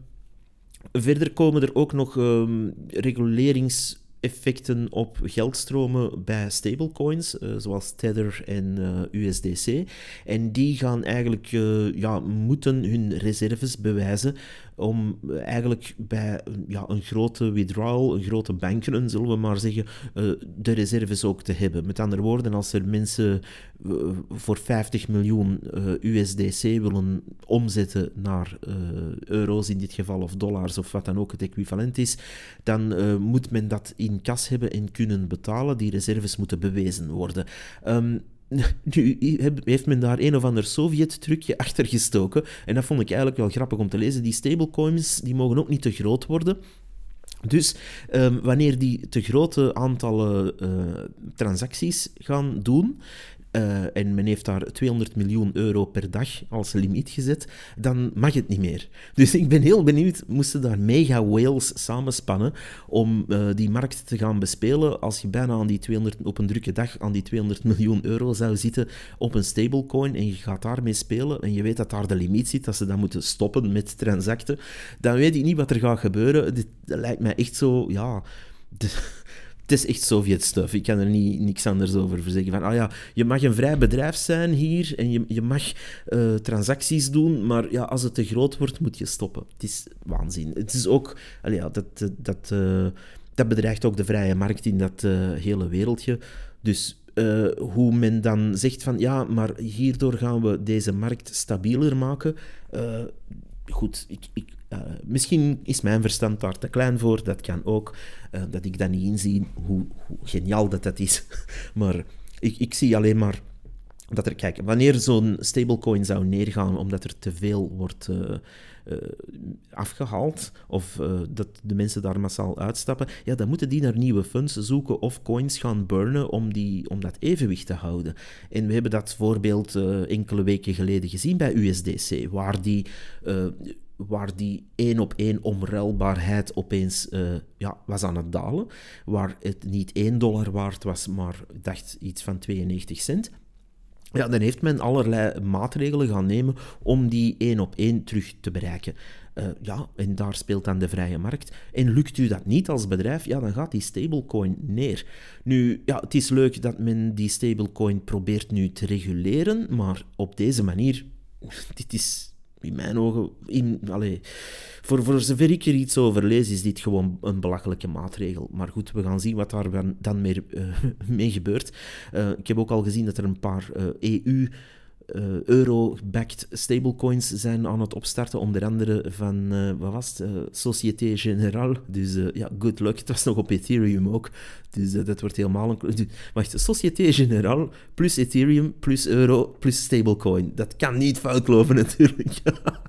verder komen er ook nog um, regulerings... effecten op geldstromen bij stablecoins, uh, zoals Tether en uh, U S D C. En die gaan eigenlijk, uh, ja, moeten hun reserves bewijzen om uh, eigenlijk bij uh, ja, een grote withdrawal, een grote bankrun, zullen we maar zeggen, uh, de reserves ook te hebben. Met andere woorden, als er mensen uh, voor vijftig miljoen uh, U S D C willen omzetten naar uh, euro's in dit geval, of dollars, of wat dan ook het equivalent is, dan uh, moet men dat in kas hebben en kunnen betalen. Die reserves moeten bewezen worden. Um, Nu heeft men daar een of ander Sovjet-trucje achter gestoken. En dat vond ik eigenlijk wel grappig om te lezen. Die stablecoins die mogen ook niet te groot worden. Dus um, wanneer die te grote aantallen uh, transacties gaan doen, uh, en men heeft daar tweehonderd miljoen euro per dag als limiet gezet, dan mag het niet meer. Dus ik ben heel benieuwd, moesten daar mega whales samenspannen om uh, die markt te gaan bespelen, als je bijna aan die tweehonderd, op een drukke dag aan die tweehonderd miljoen euro zou zitten op een stablecoin en je gaat daarmee spelen en je weet dat daar de limiet zit, dat ze dan moeten stoppen met transacten, dan weet ik niet wat er gaat gebeuren. Dit, dat lijkt mij echt zo, ja... De, het is echt Sovjet-stuff. Ik kan er niet, niks anders over zeggen. Van, ah ja, je mag een vrij bedrijf zijn hier en je, je mag uh, transacties doen, maar ja, als het te groot wordt, moet je stoppen. Het is waanzin. Het is ook... Allee, ja, dat, dat, uh, dat bedreigt ook de vrije markt in dat uh, hele wereldje. Dus uh, hoe men dan zegt van, ja, maar hierdoor gaan we deze markt stabieler maken... Uh, Goed, ik, ik, uh, misschien is mijn verstand daar te klein voor, dat kan ook, uh, dat ik dat niet inzie, hoe, hoe geniaal dat dat is. Maar ik, ik zie alleen maar dat er, kijk, wanneer zo'n stablecoin zou neergaan omdat er te veel wordt uh, uh, afgehaald, of uh, dat de mensen daar massaal uitstappen, ja, dan moeten die naar nieuwe funds zoeken of coins gaan burnen om, die, om dat evenwicht te houden. En we hebben dat voorbeeld uh, enkele weken geleden gezien bij U S D C, waar die... Uh, waar die één op één omruilbaarheid opeens uh, ja, was aan het dalen, waar het niet één dollar waard was, maar ik dacht iets van tweeënnegentig cent. Ja, dan heeft men allerlei maatregelen gaan nemen om die één op één terug te bereiken. Uh, ja, en daar speelt dan de vrije markt. En lukt u dat niet als bedrijf, ja, dan gaat die stablecoin neer. Nu, ja, het is leuk dat men die stablecoin probeert nu te reguleren, maar op deze manier, dit is... In mijn ogen, in, allez, voor, voor zover ik er iets over lees, is dit gewoon een belachelijke maatregel. Maar goed, we gaan zien wat daar dan mee, uh, mee gebeurt. Uh, ik heb ook al gezien dat er een paar uh, E U... Uh, euro-backed stablecoins zijn aan het opstarten, onder andere van, uh, wat was het, uh, Société Générale. Dus uh, ja, good luck. Het was nog op Ethereum ook. Dus uh, dat wordt helemaal een... Wacht, Société Générale plus Ethereum plus euro plus stablecoin. Dat kan niet fout lopen natuurlijk.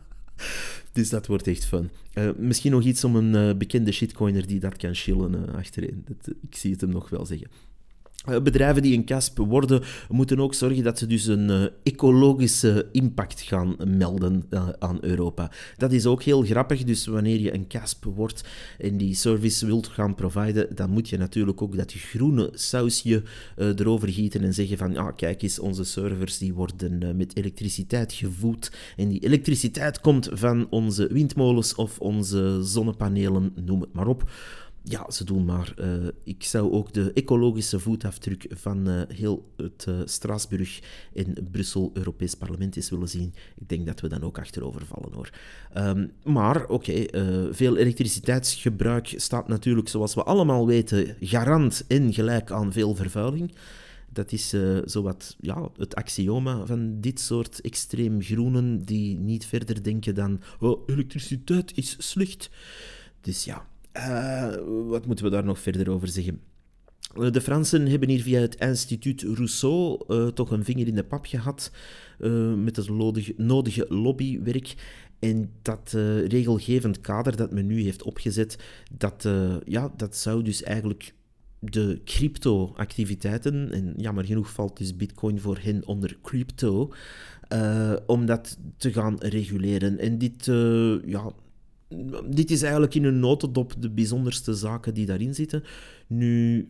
Dus dat wordt echt fun. Uh, misschien nog iets om een uh, bekende shitcoiner die dat kan chillen uh, achterin. Dat, uh, ik zie het hem nog wel zeggen. Bedrijven die een C A S P worden, moeten ook zorgen dat ze dus een uh, ecologische impact gaan melden uh, aan Europa. Dat is ook heel grappig, dus wanneer je een C A S P wordt en die service wilt gaan providen, dan moet je natuurlijk ook dat groene sausje uh, erover gieten en zeggen van, ah, kijk eens, onze servers die worden uh, met elektriciteit gevoed en die elektriciteit komt van onze windmolens of onze zonnepanelen, noem het maar op. Ja, ze doen maar. Uh, ik zou ook de ecologische voetafdruk van uh, heel het uh, Straatsburg en Brussel Europees Parlement eens willen zien. Ik denk dat we dan ook achterover vallen, hoor. Um, maar, oké, okay, uh, veel elektriciteitsgebruik staat natuurlijk, zoals we allemaal weten, garant en gelijk aan veel vervuiling. Dat is uh, zowat ja, het axioma van dit soort extreem groenen die niet verder denken dan oh, elektriciteit is slecht. Dus ja... Uh, wat moeten we daar nog verder over zeggen? Uh, de Fransen hebben hier via het Instituut Rousseau uh, toch een vinger in de pap gehad uh, met het nodige, nodige lobbywerk. En dat uh, regelgevend kader dat men nu heeft opgezet, dat, uh, ja, dat zou dus eigenlijk de crypto-activiteiten, en jammer genoeg valt dus bitcoin voor hen onder crypto, uh, om dat te gaan reguleren. En dit, uh, ja... Dit is eigenlijk in een notendop de bijzonderste zaken die daarin zitten. Nu,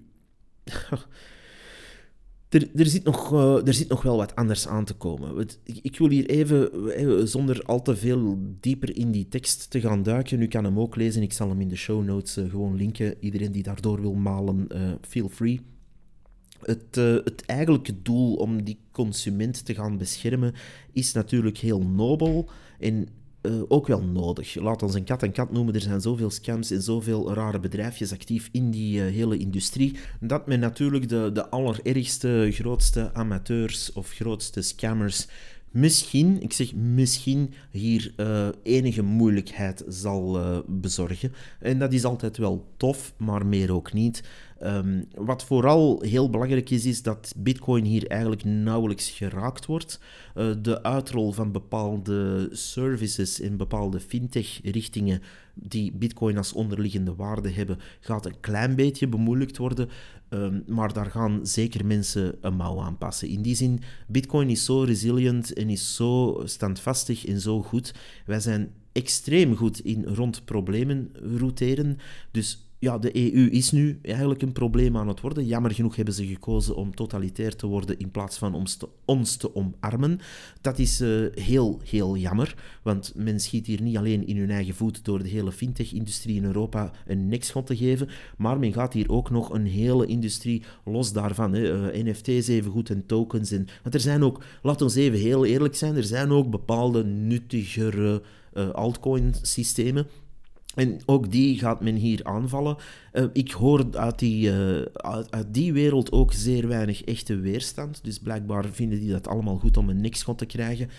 er, er, zit nog, uh, er zit nog wel wat anders aan te komen. Ik, ik wil hier even, uh, zonder al te veel dieper in die tekst te gaan duiken, u kan hem ook lezen, ik zal hem in de show notes uh, gewoon linken. Iedereen die daardoor wil malen, uh, feel free. Het, uh, het eigenlijke doel om die consument te gaan beschermen is natuurlijk heel nobel en Uh, ook wel nodig. Laat ons een kat een kat noemen. Er zijn zoveel scams en zoveel rare bedrijfjes actief in die uh, hele industrie, dat men natuurlijk de, de allerergste, grootste amateurs of grootste scammers misschien, ik zeg misschien, hier uh, enige moeilijkheid zal uh, bezorgen. En dat is altijd wel tof, maar meer ook niet. Um, wat vooral heel belangrijk is, is dat Bitcoin hier eigenlijk nauwelijks geraakt wordt. Uh, de uitrol van bepaalde services in bepaalde fintech-richtingen die Bitcoin als onderliggende waarde hebben, gaat een klein beetje bemoeilijkt worden. Um, maar daar gaan zeker mensen een mouw aan passen. In die zin, Bitcoin is zo resilient en is zo standvastig en zo goed. Wij zijn extreem goed in rond problemen routeren. Dus ja, de E U is nu eigenlijk een probleem aan het worden. Jammer genoeg hebben ze gekozen om totalitair te worden in plaats van ons te, ons te omarmen. Dat is uh, heel, heel jammer, want men schiet hier niet alleen in hun eigen voet door de hele fintech-industrie in Europa een nekschot te geven, maar men gaat hier ook nog een hele industrie los daarvan. Hè. Uh, N F T's evengoed en tokens. En, want er zijn ook, laten we even heel eerlijk zijn, er zijn ook bepaalde nuttigere uh, altcoin-systemen. En ook die gaat men hier aanvallen. Uh, ik hoor uit die, uh, uit, uit die wereld ook zeer weinig echte weerstand. Dus blijkbaar vinden die dat allemaal goed om een nekschot te krijgen.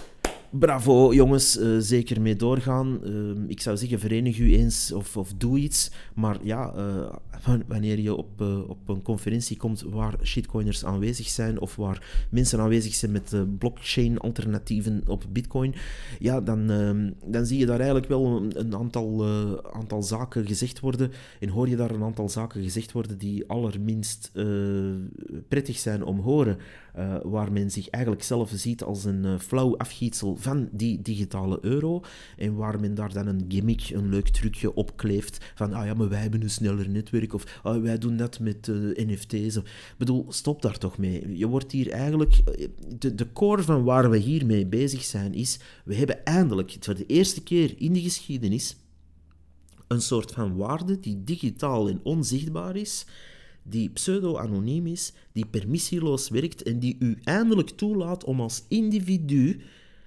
Bravo, jongens. Uh, zeker mee doorgaan. Uh, ik zou zeggen, verenig u eens of, of doe iets. Maar ja, uh, wanneer je op, uh, op een conferentie komt waar shitcoiners aanwezig zijn of waar mensen aanwezig zijn met uh, blockchain-alternatieven op Bitcoin, ja, dan, uh, dan zie je daar eigenlijk wel een, een aantal, uh, aantal zaken gezegd worden. En hoor je daar een aantal zaken gezegd worden die allerminst uh, prettig zijn om horen. Uh, waar men zich eigenlijk zelf ziet als een uh, flauw afgietsel van die digitale euro en waar men daar dan een gimmick, een leuk trucje op kleeft van ah ja, maar wij hebben een sneller netwerk of ah, wij doen dat met uh, N F T's. Ik bedoel, stop daar toch mee. Je wordt hier eigenlijk... De, de core van waar we hiermee bezig zijn is, we hebben eindelijk voor de eerste keer in de geschiedenis een soort van waarde die digitaal en onzichtbaar is, die pseudo-anoniem is, die permissieloos werkt en die u eindelijk toelaat om als individu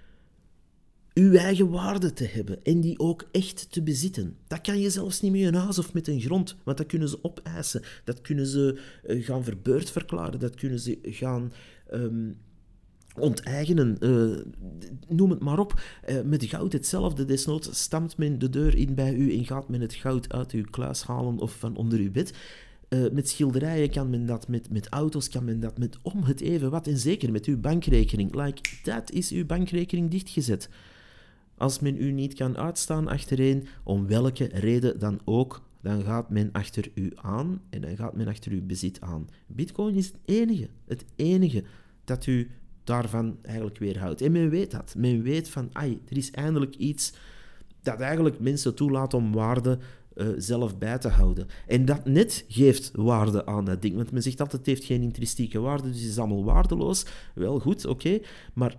uw eigen waarde te hebben en die ook echt te bezitten. Dat kan je zelfs niet met een huis of met een grond, want dat kunnen ze opeisen, dat kunnen ze uh, gaan verbeurd verklaren, dat kunnen ze gaan... Um, onteigenen, uh, noem het maar op. Uh, met goud hetzelfde, desnoods stampt men de deur in bij u en gaat men het goud uit uw kluis halen of van onder uw bed. Uh, met schilderijen kan men dat, met, met auto's kan men dat, met om het even wat. En zeker met uw bankrekening. Like, dat is uw bankrekening dichtgezet. Als men u niet kan uitstaan achtereen, om welke reden dan ook, dan gaat men achter u aan en dan gaat men achter uw bezit aan. Bitcoin is het enige, het enige dat u daarvan eigenlijk weerhoudt. En men weet dat. Men weet van, ai, er is eindelijk iets dat eigenlijk mensen toelaat om waarde uh, zelf bij te houden. En dat net geeft waarde aan dat ding. Want men zegt altijd, het heeft geen intrinsieke waarde, dus het is allemaal waardeloos. Wel, goed, oké. Okay. Maar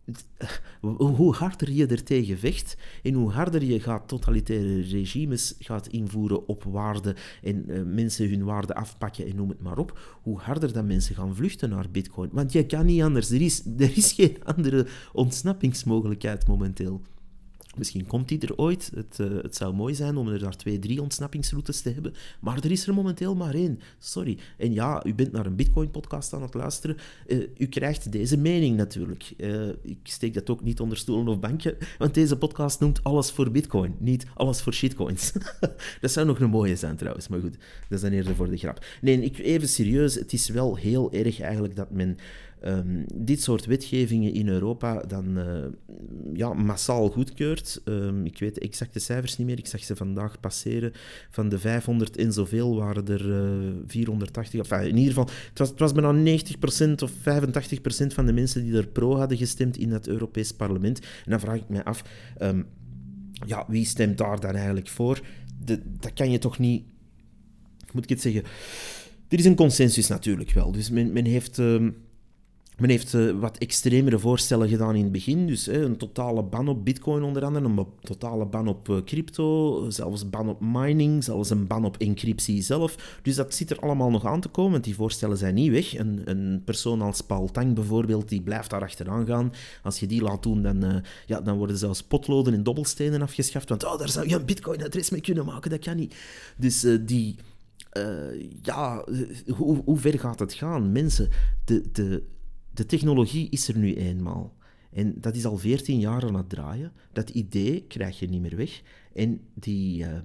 hoe harder je er tegen vecht en hoe harder je gaat totalitaire regimes gaat invoeren op waarde en uh, mensen hun waarde afpakken en noem het maar op, hoe harder dan mensen gaan vluchten naar Bitcoin. Want je kan niet anders. Er is, er is geen andere ontsnappingsmogelijkheid momenteel. Misschien komt die er ooit. Het, uh, het zou mooi zijn om er daar twee, drie ontsnappingsroutes te hebben. Maar er is er momenteel maar één. Sorry. En ja, u bent naar een Bitcoin-podcast aan het luisteren. Uh, u krijgt deze mening natuurlijk. Uh, ik steek dat ook niet onder stoelen of banken, want deze podcast noemt alles voor Bitcoin, niet alles voor shitcoins. Dat zou nog een mooie zijn trouwens, maar goed. Dat is dan eerder voor de grap. Nee, ik, even serieus. Het is wel heel erg eigenlijk dat men Um, dit soort wetgevingen in Europa dan uh, ja, massaal goedkeurt. Um, ik weet de exacte cijfers niet meer, ik zag ze vandaag passeren. Van de vijfhonderd en zoveel waren er uh, vierhonderdtachtig. Enfin, in ieder geval, het was, het was bijna negentig procent of vijfentachtig procent van de mensen die er pro hadden gestemd in het Europees Parlement. En dan vraag ik mij af, um, ja, wie stemt daar dan eigenlijk voor? De, dat kan je toch niet... Moet ik het zeggen? Er is een consensus natuurlijk wel. Dus men, men heeft... Um, Men heeft uh, wat extremere voorstellen gedaan in het begin. Dus uh, een totale ban op bitcoin onder andere, een totale ban op uh, crypto, zelfs ban op mining, zelfs een ban op encryptie zelf. Dus dat zit er allemaal nog aan te komen, want die voorstellen zijn niet weg. Een, een persoon als Paul Tang bijvoorbeeld, die blijft daar achteraan gaan. Als je die laat doen, dan, uh, ja, dan worden zelfs potloden en dobbelstenen afgeschaft. Want oh, daar zou je een bitcoin-adres mee kunnen maken, dat kan niet. Dus uh, die... Uh, ja, uh, hoe, hoe ver gaat het gaan? Mensen, de... de De technologie is er nu eenmaal. En dat is al veertien jaar aan het draaien. Dat idee krijg je niet meer weg. En die, uh,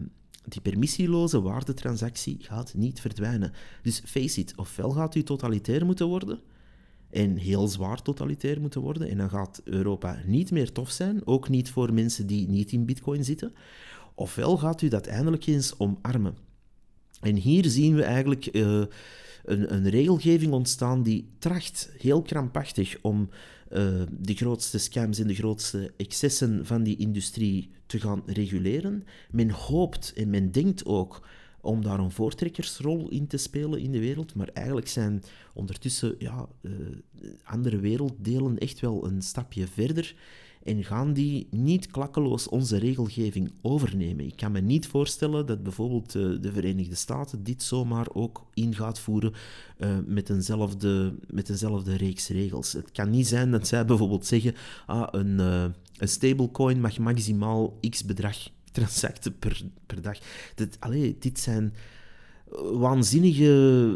die permissieloze waardetransactie gaat niet verdwijnen. Dus face it, ofwel gaat u totalitair moeten worden, en heel zwaar totalitair moeten worden, en dan gaat Europa niet meer tof zijn, ook niet voor mensen die niet in bitcoin zitten, ofwel gaat u dat eindelijk eens omarmen. En hier zien we eigenlijk uh, een, een regelgeving ontstaan die tracht heel krampachtig om uh, de grootste scams en de grootste excessen van die industrie te gaan reguleren. Men hoopt en men denkt ook om daar een voortrekkersrol in te spelen in de wereld, maar eigenlijk zijn ondertussen ja, uh, andere werelddelen echt wel een stapje verder en gaan die niet klakkeloos onze regelgeving overnemen. Ik kan me niet voorstellen dat bijvoorbeeld uh, de Verenigde Staten dit zomaar ook in gaat voeren uh, met, eenzelfde, met eenzelfde reeks regels. Het kan niet zijn dat zij bijvoorbeeld zeggen, ah, een, uh, een stablecoin mag maximaal x bedrag transacten per, per dag. Dat, allee, dit zijn waanzinnige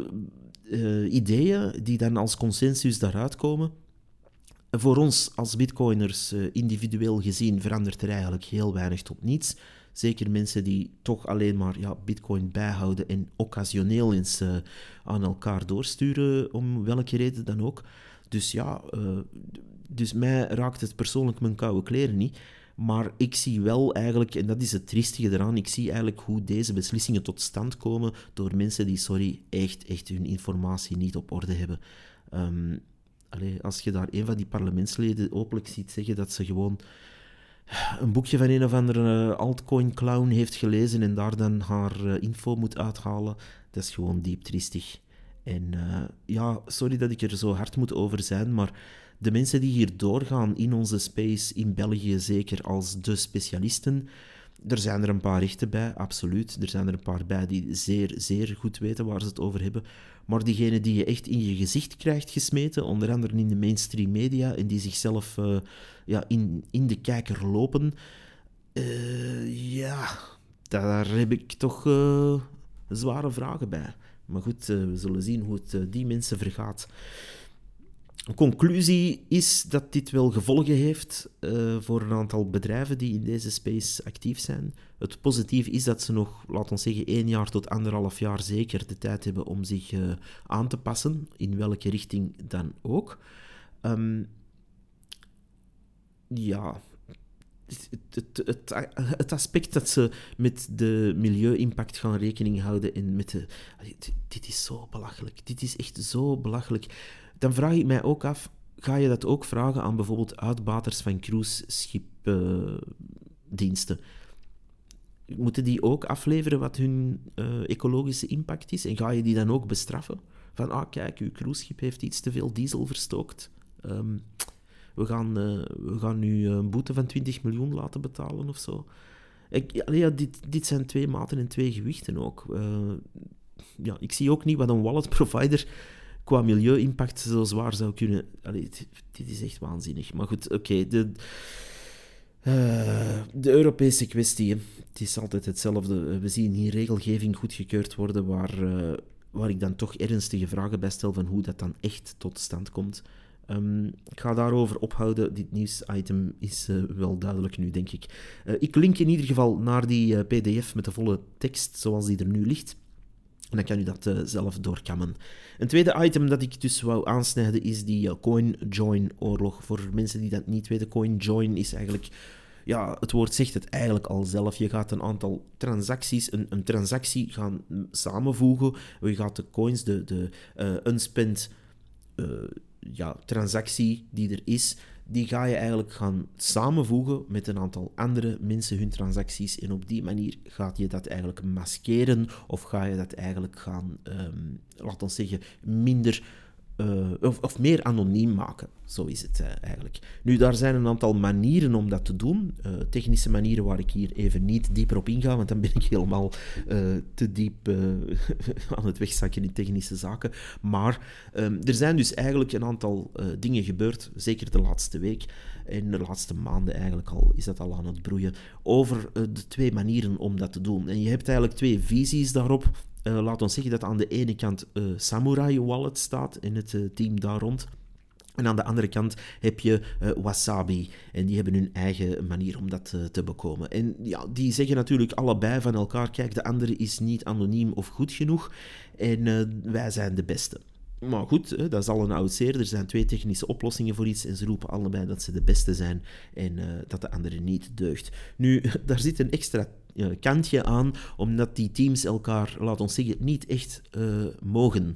uh, ideeën die dan als consensus daaruit komen. Voor ons als bitcoiners, uh, individueel gezien, verandert er eigenlijk heel weinig tot niets. Zeker mensen die toch alleen maar ja, bitcoin bijhouden en occasioneel eens uh, aan elkaar doorsturen, om welke reden dan ook. Dus ja, uh, dus mij raakt het persoonlijk mijn koude kleren niet. Maar ik zie wel eigenlijk, en dat is het triestige eraan, ik zie eigenlijk hoe deze beslissingen tot stand komen door mensen die, sorry, echt, echt hun informatie niet op orde hebben. Um, allee, als je daar een van die parlementsleden openlijk ziet zeggen dat ze gewoon een boekje van een of andere altcoin-clown heeft gelezen en daar dan haar uh, info moet uithalen, dat is gewoon diep triestig. En uh, ja, sorry dat ik er zo hard moet over zijn, maar de mensen die hier doorgaan in onze space, in België zeker als de specialisten, er zijn er een paar rechten bij, absoluut. Er zijn er een paar bij die zeer, zeer goed weten waar ze het over hebben. Maar diegenen die je echt in je gezicht krijgt gesmeten, onder andere in de mainstream media, en die zichzelf uh, ja, in, in de kijker lopen, uh, ja, daar heb ik toch uh, zware vragen bij. Maar goed, uh, we zullen zien hoe het uh, die mensen vergaat. Een conclusie is dat dit wel gevolgen heeft uh, voor een aantal bedrijven die in deze space actief zijn. Het positieve is dat ze nog, laten we zeggen, één jaar tot anderhalf jaar zeker de tijd hebben om zich uh, aan te passen, in welke richting dan ook. Um, ja, het, het, het, het aspect dat ze met de milieu-impact gaan rekening houden en met de... Dit is zo belachelijk. Dit is echt zo belachelijk. Dan vraag ik mij ook af, ga je dat ook vragen aan bijvoorbeeld uitbaters van cruiseschipdiensten? Uh, Moeten die ook afleveren wat hun uh, ecologische impact is? En ga je die dan ook bestraffen? Van, ah kijk, uw cruiseschip heeft iets te veel diesel verstookt. Um, we, gaan, uh, we gaan nu een boete van twintig miljoen laten betalen of zo. Ik, ja, dit, dit zijn twee maten en twee gewichten ook. Uh, ja, ik zie ook niet wat een wallet provider qua milieu-impact zo zwaar zou kunnen... Allee, dit, dit is echt waanzinnig. Maar goed, oké. Okay, de, uh, de Europese kwestie, het is altijd hetzelfde. We zien hier regelgeving goedgekeurd worden waar, uh, waar ik dan toch ernstige vragen bij stel van hoe dat dan echt tot stand komt. Um, ik ga daarover ophouden. Dit nieuwsitem is uh, wel duidelijk nu, denk ik. Uh, ik link in ieder geval naar die uh, P D F met de volle tekst zoals die er nu ligt. En dan kan u dat uh, zelf doorkammen. Een tweede item dat ik dus wou aansnijden is die uh, CoinJoin-oorlog. Voor mensen die dat niet weten, CoinJoin is eigenlijk... Ja, het woord zegt het eigenlijk al zelf. Je gaat een aantal transacties, een, een transactie gaan samenvoegen. Je gaat de coins, de, de uh, unspent uh, ja, transactie die er is, die ga je eigenlijk gaan samenvoegen met een aantal andere mensen hun transacties. En op die manier gaat je dat eigenlijk maskeren of ga je dat eigenlijk gaan, um, laten we zeggen, minder uh, of, of meer anoniem maken. Zo is het uh, eigenlijk. Nu, daar zijn een aantal manieren om dat te doen. Uh, technische manieren waar ik hier even niet dieper op inga, want dan ben ik helemaal uh, te diep uh, aan het wegzakken in technische zaken. Maar um, er zijn dus eigenlijk een aantal uh, dingen gebeurd, zeker de laatste week en de laatste maanden eigenlijk al, is dat al aan het broeien, over uh, de twee manieren om dat te doen. En je hebt eigenlijk twee visies daarop. Uh, laat ons zeggen dat aan de ene kant uh, Samurai Wallet staat en het uh, team daar rond. En aan de andere kant heb je uh, Wasabi. En die hebben hun eigen manier om dat uh, te bekomen. En ja, die zeggen natuurlijk allebei van elkaar, kijk, de andere is niet anoniem of goed genoeg. En uh, wij zijn de beste. Maar goed, hè, dat is al een oud zeer. Er zijn twee technische oplossingen voor iets en ze roepen allebei dat ze de beste zijn en uh, dat de andere niet deugt. Nu, daar zit een extra uh, kantje aan, omdat die teams elkaar, laat ons zeggen, niet echt uh, mogen.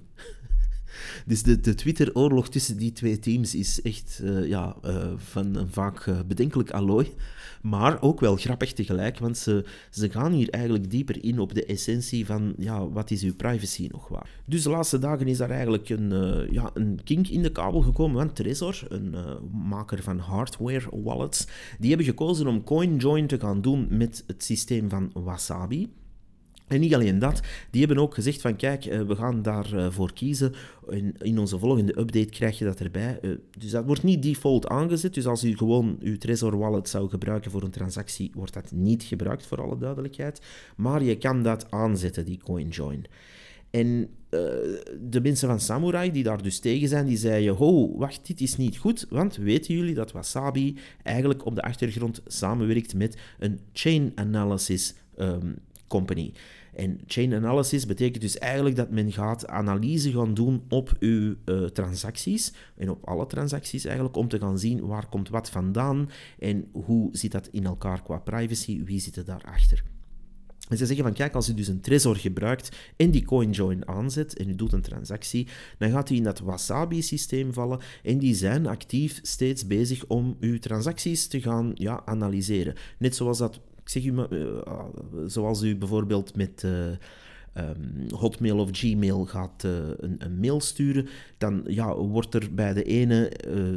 Dus de, de Twitter-oorlog tussen die twee teams is echt uh, ja, uh, van een vaak uh, bedenkelijk allooi. Maar ook wel grappig tegelijk, want ze, ze gaan hier eigenlijk dieper in op de essentie van ja, wat is uw privacy nog waard. Dus de laatste dagen is daar eigenlijk een, uh, ja, een kink in de kabel gekomen, want Trezor, een uh, maker van hardware wallets, die hebben gekozen om CoinJoin te gaan doen met het systeem van Wasabi. En niet alleen dat, die hebben ook gezegd van kijk, we gaan daarvoor kiezen. In, in onze volgende update krijg je dat erbij. Dus dat wordt niet default aangezet. Dus als u gewoon uw Trezor wallet zou gebruiken voor een transactie, wordt dat niet gebruikt, voor alle duidelijkheid. Maar je kan dat aanzetten, die CoinJoin. En uh, de mensen van Samurai, die daar dus tegen zijn, die zeiden, ho, wacht, dit is niet goed, want weten jullie dat Wasabi eigenlijk op de achtergrond samenwerkt met een chain analysis um, company. En chain analysis betekent dus eigenlijk dat men gaat analyse gaan doen op uw uh, transacties, en op alle transacties eigenlijk, om te gaan zien waar komt wat vandaan en hoe zit dat in elkaar qua privacy, wie zit er daarachter. En ze zeggen van, kijk, als u dus een Trezor gebruikt en die CoinJoin aanzet en u doet een transactie, dan gaat u in dat Wasabi-systeem vallen en die zijn actief steeds bezig om uw transacties te gaan ja, analyseren. Net zoals dat, ik zeg u, uh, zoals u bijvoorbeeld met uh, um, Hotmail of Gmail gaat uh, een, een mail sturen, dan ja, wordt er bij de ene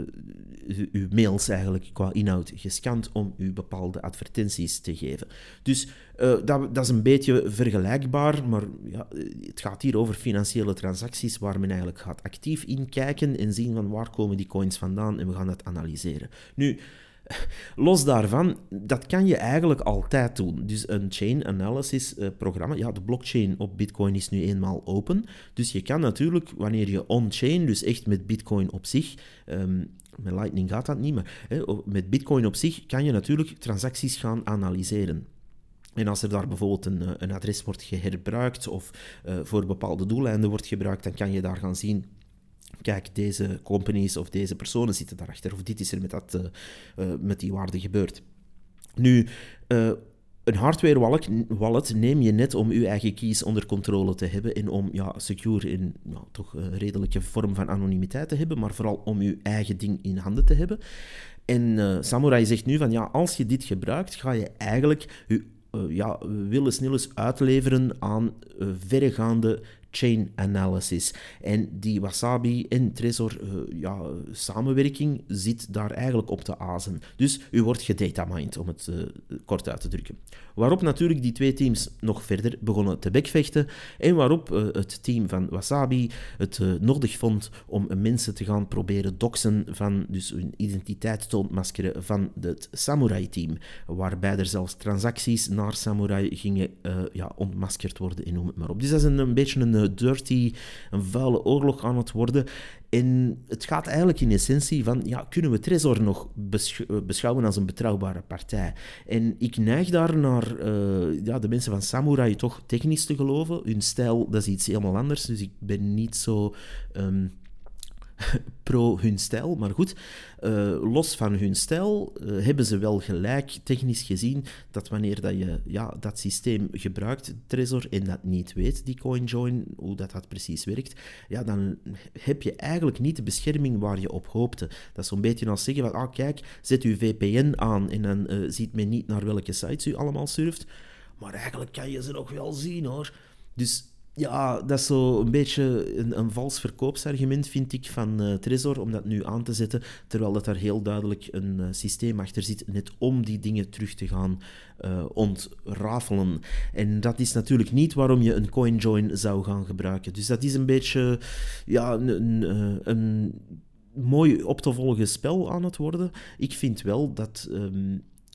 uh, uw mails eigenlijk qua inhoud gescand om u bepaalde advertenties te geven. Dus uh, dat, dat is een beetje vergelijkbaar, maar ja, het gaat hier over financiële transacties waar men eigenlijk gaat actief in kijken en zien van waar komen die coins vandaan en we gaan dat analyseren. Nu, los daarvan, dat kan je eigenlijk altijd doen. Dus een chain analysis uh, programma, ja, de blockchain op Bitcoin is nu eenmaal open. Dus je kan natuurlijk, wanneer je on-chain, dus echt met Bitcoin op zich, um, met Lightning gaat dat niet, maar hè, met Bitcoin op zich kan je natuurlijk transacties gaan analyseren. En als er daar bijvoorbeeld een, een adres wordt geherbruikt of uh, voor bepaalde doeleinden wordt gebruikt, dan kan je daar gaan zien, kijk, deze companies of deze personen zitten daarachter, of dit is er met, dat, uh, uh, met die waarde gebeurd. Nu, uh, een hardware wallet, wallet neem je net om je eigen keys onder controle te hebben en om ja, secure in ja, toch een redelijke vorm van anonimiteit te hebben, maar vooral om je eigen ding in handen te hebben. En uh, Samurai zegt nu van, ja, als je dit gebruikt, ga je eigenlijk je uh, ja, willen snel uitleveren aan uh, verregaande chain analysis. En die Wasabi en Trezor uh, ja, samenwerking zit daar eigenlijk op te azen. Dus u wordt gedatamined, om het uh, kort uit te drukken. Waarop natuurlijk die twee teams nog verder begonnen te bekvechten en waarop uh, het team van Wasabi het uh, nodig vond om mensen te gaan proberen doxen van dus hun identiteit te ontmaskeren van het Samurai-team, waarbij er zelfs transacties naar Samurai gingen uh, ja, ontmaskerd worden en noem het maar op. Dus dat is een, een beetje een dirty, een vuile oorlog aan het worden. En het gaat eigenlijk in essentie van, ja, kunnen we Trezor nog besch- beschouwen als een betrouwbare partij? En ik neig daar naar uh, ja, de mensen van Samurai toch technisch te geloven. Hun stijl, dat is iets helemaal anders, dus ik ben niet zo um, pro hun stijl. Maar goed, uh, los van hun stijl uh, hebben ze wel gelijk, technisch gezien, dat wanneer dat je ja, dat systeem gebruikt, Trezor, en dat niet weet, die CoinJoin, hoe dat, dat precies werkt, ja, dan heb je eigenlijk niet de bescherming waar je op hoopte. Dat is zo'n beetje als zeggen van, ah kijk, zet uw V P N aan en dan uh, ziet men niet naar welke sites u allemaal surft. Maar eigenlijk kan je ze nog wel zien, hoor. Dus ja, dat is zo een beetje een, een vals verkoopsargument, vind ik, van uh, Trezor, om dat nu aan te zetten, terwijl dat daar heel duidelijk een uh, systeem achter zit, net om die dingen terug te gaan uh, ontrafelen. En dat is natuurlijk niet waarom je een CoinJoin zou gaan gebruiken. Dus dat is een beetje ja, een, een, een mooi op te volgen spel aan het worden. Ik vind wel dat Um,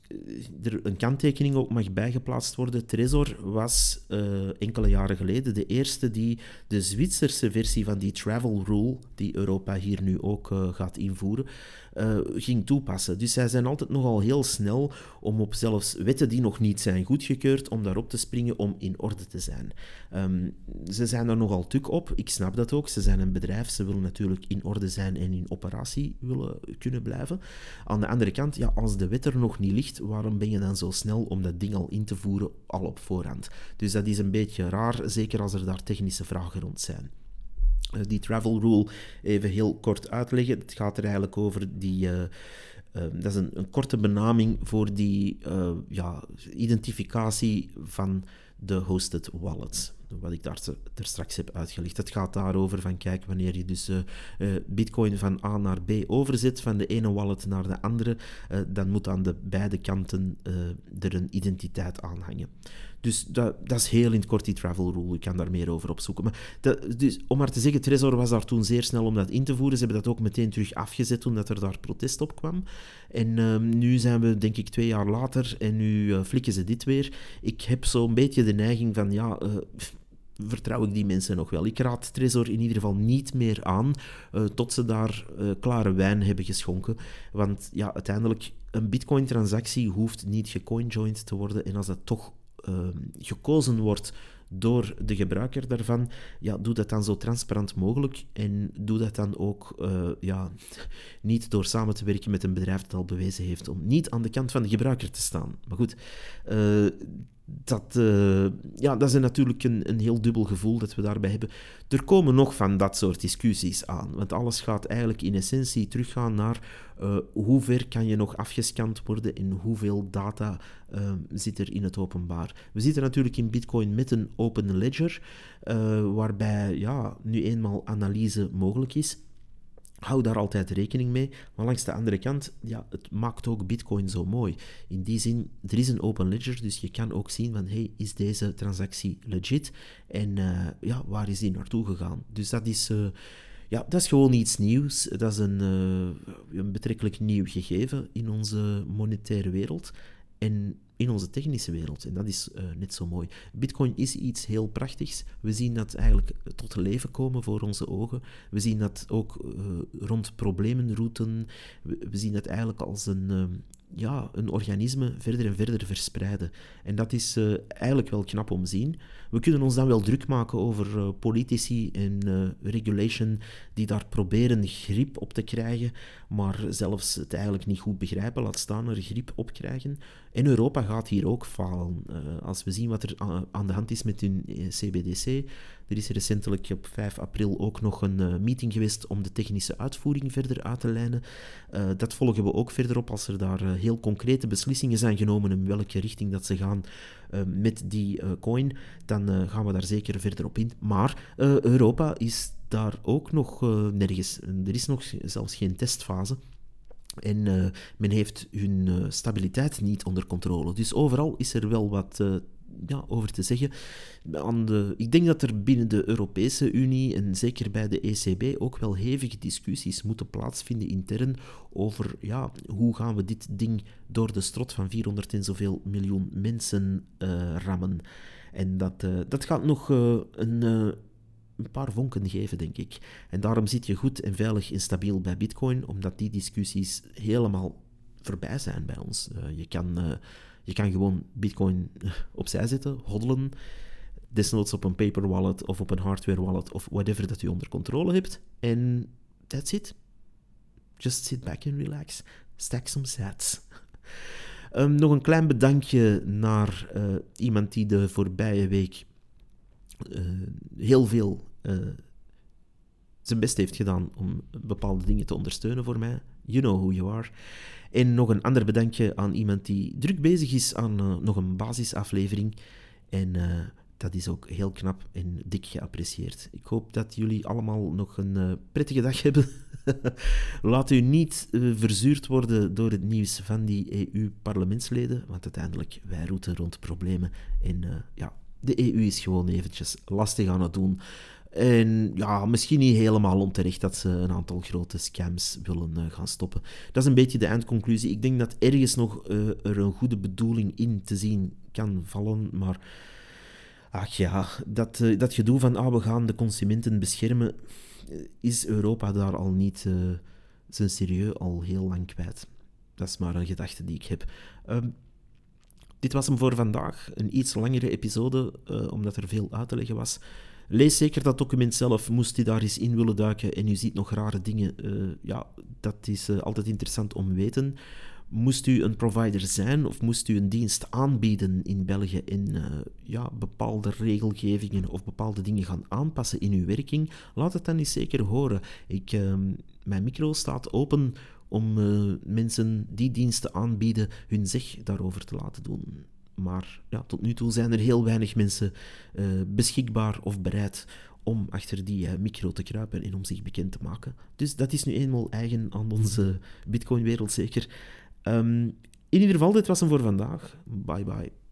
er een kanttekening ook mag bijgeplaatst worden. Trezor was uh, enkele jaren geleden de eerste die de Zwitserse versie van die travel rule, die Europa hier nu ook uh, gaat invoeren, uh, ging toepassen. Dus zij zijn altijd nogal heel snel om op zelfs wetten die nog niet zijn goedgekeurd, om daarop te springen om in orde te zijn. Um, ze zijn er nogal tuk op, ik snap dat ook. Ze zijn een bedrijf, ze willen natuurlijk in orde zijn en in operatie willen kunnen blijven. Aan de andere kant, ja, als de wet er nog niet ligt, waarom ben je dan zo snel om dat ding al in te voeren, al op voorhand? Dus dat is een beetje raar, zeker als er daar technische vragen rond zijn. Uh, die travel rule, even heel kort uitleggen. Het gaat er eigenlijk over die... Uh, uh, dat is een, een korte benaming voor die uh, ja, identificatie van de hosted wallets, wat ik daar ter straks heb uitgelegd. Het gaat daarover van, kijk, wanneer je dus uh, uh, bitcoin van A naar B overzet, van de ene wallet naar de andere, uh, dan moet aan de beide kanten uh, er een identiteit aan hangen. Dus dat, dat is heel in het kort die travel rule. Ik kan daar meer over opzoeken. Maar dat, dus, om maar te zeggen, Trezor was daar toen zeer snel om dat in te voeren. Ze hebben dat ook meteen terug afgezet toen dat er daar protest op kwam. En uh, nu zijn we, denk ik, twee jaar later en nu uh, flikken ze dit weer. Ik heb zo'n beetje de neiging van, ja... Uh, vertrouw ik die mensen nog wel. Ik raad Trezor in ieder geval niet meer aan uh, tot ze daar uh, klare wijn hebben geschonken. Want ja, uiteindelijk, een bitcoin-transactie hoeft niet gecoinjoined te worden. En als dat toch uh, gekozen wordt door de gebruiker daarvan, ja, doe dat dan zo transparant mogelijk en doe dat dan ook uh, ja, niet door samen te werken met een bedrijf dat al bewezen heeft om niet aan de kant van de gebruiker te staan. Maar goed, uh, dat, uh, ja, dat is natuurlijk een, een heel dubbel gevoel dat we daarbij hebben. Er komen nog van dat soort discussies aan, want alles gaat eigenlijk in essentie teruggaan naar uh, hoe ver kan je nog afgescand worden en hoeveel data uh, zit er in het openbaar. We zitten natuurlijk in Bitcoin met een open ledger, uh, waarbij ja, nu eenmaal analyse mogelijk is. Hou daar altijd rekening mee, maar langs de andere kant, ja, het maakt ook Bitcoin zo mooi. In die zin, er is een open ledger, dus je kan ook zien van, hey, is deze transactie legit? En uh, ja, waar is die naartoe gegaan? Dus dat is, uh, ja, dat is gewoon iets nieuws. Dat is een, uh, een betrekkelijk nieuw gegeven in onze monetaire wereld en in onze technische wereld. En dat is uh, net zo mooi. Bitcoin is iets heel prachtigs. We zien dat eigenlijk tot leven komen voor onze ogen. We zien dat ook uh, rond problemenrouten. We, we zien dat eigenlijk als een, uh, ja, een organisme verder en verder verspreiden. En dat is uh, eigenlijk wel knap om te zien. We kunnen ons dan wel druk maken over uh, politici en uh, regulation die daar proberen grip op te krijgen, maar zelfs het eigenlijk niet goed begrijpen, laat staan er grip op krijgen. En Europa gaat hier ook falen. Uh, als we zien wat er a- aan de hand is met hun C B D C. Er is recentelijk op vijf april ook nog een uh, meeting geweest om de technische uitvoering verder uit te lijnen. Uh, dat volgen we ook verder op als er daar uh, heel concrete beslissingen zijn genomen in welke richting dat ze gaan uh, met die uh, coin. Dan uh, gaan we daar zeker verder op in. Maar uh, Europa is daar ook nog uh, nergens. Er is nog zelfs geen testfase. En uh, men heeft hun uh, stabiliteit niet onder controle. Dus overal is er wel wat uh, ja, over te zeggen. Aan de, ik denk dat er binnen de Europese Unie en zeker bij de E C B ook wel hevige discussies moeten plaatsvinden intern over ja, hoe gaan we dit ding door de strot van vierhonderd en zoveel miljoen mensen uh, rammen. En dat, uh, dat gaat nog uh, een... Uh, een paar vonken geven, denk ik. En daarom zit je goed en veilig en stabiel bij Bitcoin, omdat die discussies helemaal voorbij zijn bij ons. Uh, je, kan, uh, je kan gewoon Bitcoin opzij zetten, hoddelen, desnoods op een paper wallet of op een hardware wallet of whatever dat je onder controle hebt. En that's it. Just sit back and relax. Stack some sats. um, nog een klein bedankje naar uh, iemand die de voorbije week Uh, heel veel uh, zijn best heeft gedaan om bepaalde dingen te ondersteunen voor mij. You know who you are. En nog een ander bedankje aan iemand die druk bezig is aan uh, nog een basisaflevering. En uh, dat is ook heel knap en dik geapprecieerd. Ik hoop dat jullie allemaal nog een uh, prettige dag hebben. Laat u niet uh, verzuurd worden door het nieuws van die E U-parlementsleden, want uiteindelijk, wij roeten rond problemen en uh, ja... De E U is gewoon eventjes lastig aan het doen. En ja, misschien niet helemaal onterecht dat ze een aantal grote scams willen uh, gaan stoppen. Dat is een beetje de eindconclusie. Ik denk dat ergens nog uh, er een goede bedoeling in te zien kan vallen, maar ach ja, dat, uh, dat gedoe van ah, we gaan de consumenten beschermen, is Europa daar al niet uh, zijn serieus al heel lang kwijt. Dat is maar een gedachte die ik heb. Um, dit was hem voor vandaag. Een iets langere episode, uh, omdat er veel uit te leggen was. Lees zeker dat document zelf, moest u daar eens in willen duiken en u ziet nog rare dingen. Uh, ja, dat is uh, altijd interessant om te weten. Moest u een provider zijn of moest u een dienst aanbieden in België en uh, ja, bepaalde regelgevingen of bepaalde dingen gaan aanpassen in uw werking, laat het dan eens zeker horen. Ik, uh, mijn micro staat open om uh, mensen die diensten aanbieden hun zeg daarover te laten doen. Maar ja, tot nu toe zijn er heel weinig mensen uh, beschikbaar of bereid om achter die uh, micro te kruipen en om zich bekend te maken. Dus dat is nu eenmaal eigen aan onze Bitcoin-wereld zeker. Um, in ieder geval, dit was hem voor vandaag. Bye bye.